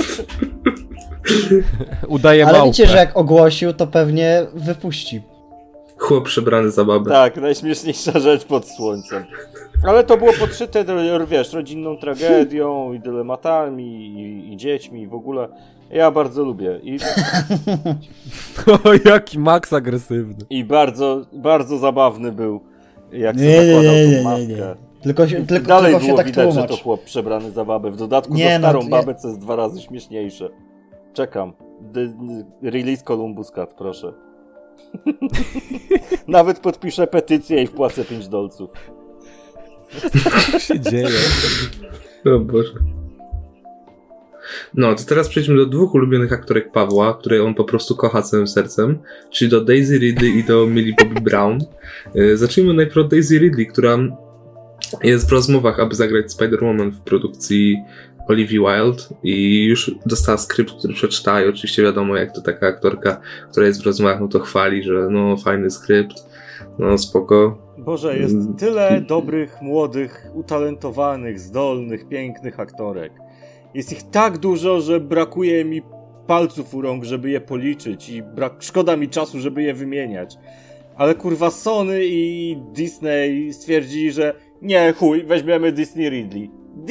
Udaje Ale małpę. wiecie, że jak ogłosił, to pewnie wypuści. Chłop przebrany za babę. Tak, najśmieszniejsza rzecz pod słońcem. Ale to było podszyte, wiesz, rodzinną tragedią i dylematami i dziećmi i w ogóle. Ja bardzo lubię. O, jaki Max agresywny. I bardzo, bardzo zabawny był, jak sobie zakładał tą maskę. Dalej tylko było się tak widać, tłumacz. że to chłop przebrany za babę. W dodatku za starą babę, co jest 2 razy śmieszniejsze. Czekam. Release Columbus Cut, proszę. Nawet podpiszę petycję i wpłacę $5. Co się dzieje? O Boże. No, to teraz przejdźmy do 2 ulubionych aktorek Pawła, które on po prostu kocha całym sercem, czyli do Daisy Ridley i do Millie Bobby Brown. Zacznijmy najpierw od Daisy Ridley, która jest w rozmowach, aby zagrać Spider-Woman w produkcji Olivia Wilde i już dostała skrypt, który przeczytała i oczywiście wiadomo, jak to taka aktorka, która jest w rozmowach, no to chwali, że no fajny skrypt, no spoko. Boże, jest tyle dobrych, młodych, utalentowanych, zdolnych, pięknych aktorek. Jest ich tak dużo, że brakuje mi palców u rąk, żeby je policzyć i szkoda mi czasu, żeby je wymieniać. Ale kurwa Sony i Disney stwierdzili, że nie, chuj, weźmiemy Disney Ridley.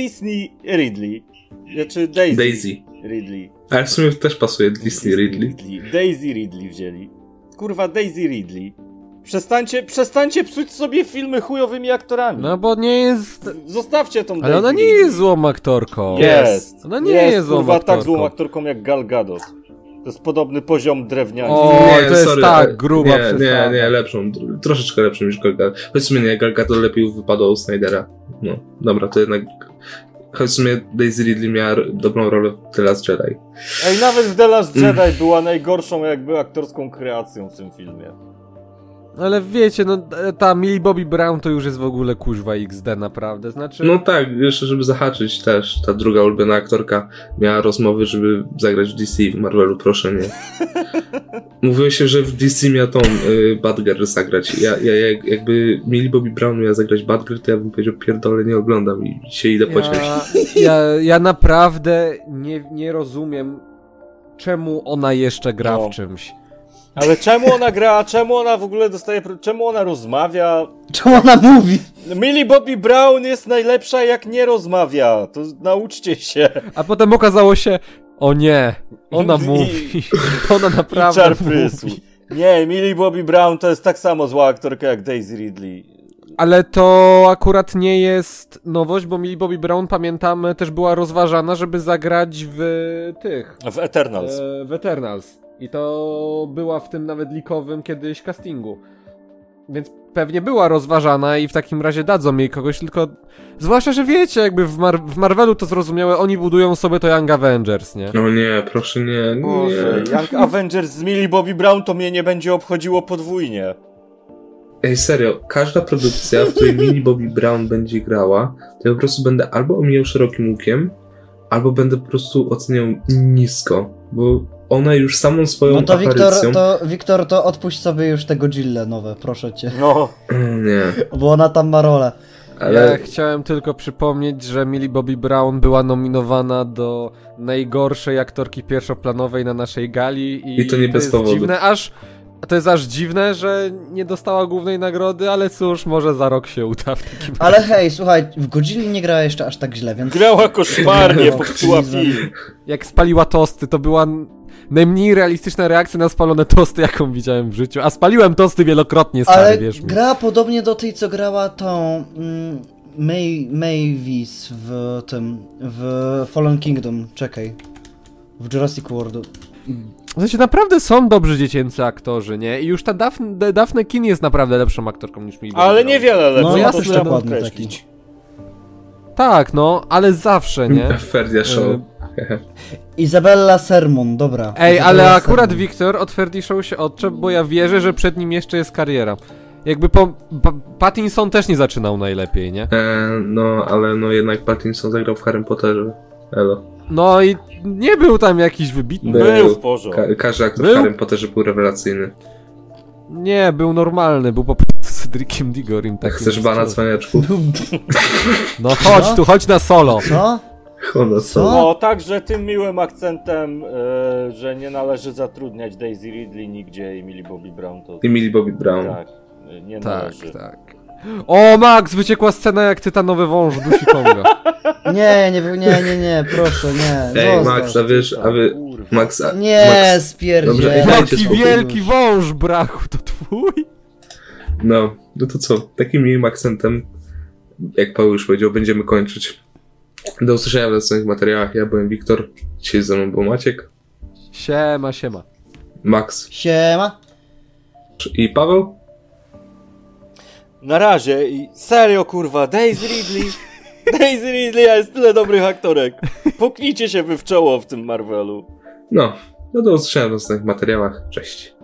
Znaczy Daisy Ridley. Ale w sumie też pasuje Disney Ridley. Daisy Ridley wzięli. Kurwa Daisy Ridley. Przestańcie psuć sobie filmy chujowymi aktorami. No bo nie jest... Zostawcie tą Daisy. Ale ona nie jest złą aktorką. Jest. Ona nie jest złą kurwa aktorką. tak złą aktorką jak Gal Gadot. To jest podobny poziom drewniany. O, to jest tak gruba przesada. Nie, lepszą. Troszeczkę lepszą niż Gal Gadot. Choć w sumie nie, Gal Gadot lepiej wypadła u Snydera. No, dobra, to jednak... Choć w sumie Daisy Ridley miała dobrą rolę w The Last Jedi. Ej, nawet w The Last Jedi była najgorszą jakby aktorską kreacją w tym filmie. Ale wiecie, no ta Millie Bobby Brown to już jest w ogóle kuźwa XD naprawdę, znaczy... No tak, jeszcze żeby zahaczyć też, ta druga ulubiona aktorka miała rozmowy, żeby zagrać w DC, w Marvelu, proszę nie. Mówiło się, że w DC miała tą Batgirl zagrać. Ja jakby Millie Bobby Brown miała zagrać Batgirl, to ja bym powiedział, pierdolę, nie oglądam i się idę pociąć. Ja naprawdę nie rozumiem, czemu ona jeszcze gra w czymś. Ale czemu ona gra, czemu ona w ogóle dostaje, czemu ona rozmawia? Czemu ona mówi? Millie Bobby Brown jest najlepsza jak nie rozmawia, to nauczcie się. A potem okazało się, o nie, ona mówi, ona naprawdę mówi. Nie, Millie Bobby Brown to jest tak samo zła aktorka jak Daisy Ridley. Ale to akurat nie jest nowość, bo Millie Bobby Brown, pamiętamy, też była rozważana, żeby zagrać w tych... W Eternals. W Eternals. I to była w tym nawet leakowym kiedyś castingu. Więc pewnie była rozważana i w takim razie dadzą jej kogoś, tylko... Zwłaszcza, że wiecie, jakby w Marvelu to zrozumiałe, oni budują sobie to Young Avengers, nie? No nie, proszę nie. Boże, Young Avengers z Millie Bobby Brown to mnie nie będzie obchodziło podwójnie. Ej, serio, każda produkcja, w której Millie Bobby Brown będzie grała, to ja po prostu będę albo omijał szerokim łukiem, albo będę po prostu oceniał nisko, bo ona już samą swoją aparycją... Wiktor, to odpuść sobie już tego Gillę nowe, proszę cię. No. Nie. Bo ona tam ma rolę. Ale Ja chciałem tylko przypomnieć, że Millie Bobby Brown była nominowana do najgorszej aktorki pierwszoplanowej na naszej gali I to nie bez jest powodu. dziwne, to jest aż dziwne, że nie dostała głównej nagrody, ale cóż, może za rok się uda w takim Ale hej, słuchaj, w Godzilli nie grała jeszcze aż tak źle, więc... Grała koszmarnie, popsuła film. Jak spaliła tosty, to była najmniej realistyczna reakcja na spalone tosty, jaką widziałem w życiu. A spaliłem tosty wielokrotnie, stary, Ale wierz mi. grała podobnie do tej, co grała tą... Mavis w Fallen Kingdom, czekaj. W Jurassic World. W sensie naprawdę są dobrzy dziecięcy aktorzy, nie? I już ta Daphne Keane jest naprawdę lepszą aktorką niż Millie Bobby Ale Brown. niewiele lepsze, No to jasne, trzeba dokładnie określić. Tak, no, ale zawsze, nie? Ferdia Show. Izabella Sermon, dobra. Ej, Izabella ale akurat Sermon. Wiktor od Ferdy Show się odczep, bo ja wierzę, że przed nim jeszcze jest kariera. Jakby Pattinson też nie zaczynał najlepiej, nie? No, ale no jednak Pattinson zagrał w Harry Potterze. Elo. No i nie był tam jakiś wybitny. Był w porządku. Każdy aktor Był? w Harry Potterze był rewelacyjny. Nie, był normalny, był po prostu Cedriciem Diggorim. Tak chcesz bana, cwaniaczku? No chodź No. tu, chodź na solo. Co? Honda, Co? No, także tym miłym akcentem, że nie należy zatrudniać Daisy Ridley nigdzie i Millie Bobby Brown to... I Millie Bobby Brown. Tak, nie Tak, należy. tak. O, Max, wyciekła scena jak tytanowy wąż dusi Konga. Nie, proszę, nie. Ej, zostaw. Max, a wy... Kurwa. Max, Nie, Max, spierdziel. Dobrze, ej, dajcie Jaki spokój. wielki wąż, brachu, to twój? no to co? Takim miłym akcentem, jak Paweł już powiedział, będziemy kończyć. Do usłyszenia w następnych materiałach. Ja byłem Wiktor. Dzisiaj ze mną był Maciek, Siema. Max Siema. i Paweł. Na razie i serio kurwa, Daisy Ridley, a jest tyle dobrych aktorek. Puknijcie się wy w czoło w tym Marvelu. No do usłyszenia w następnych materiałach. Cześć.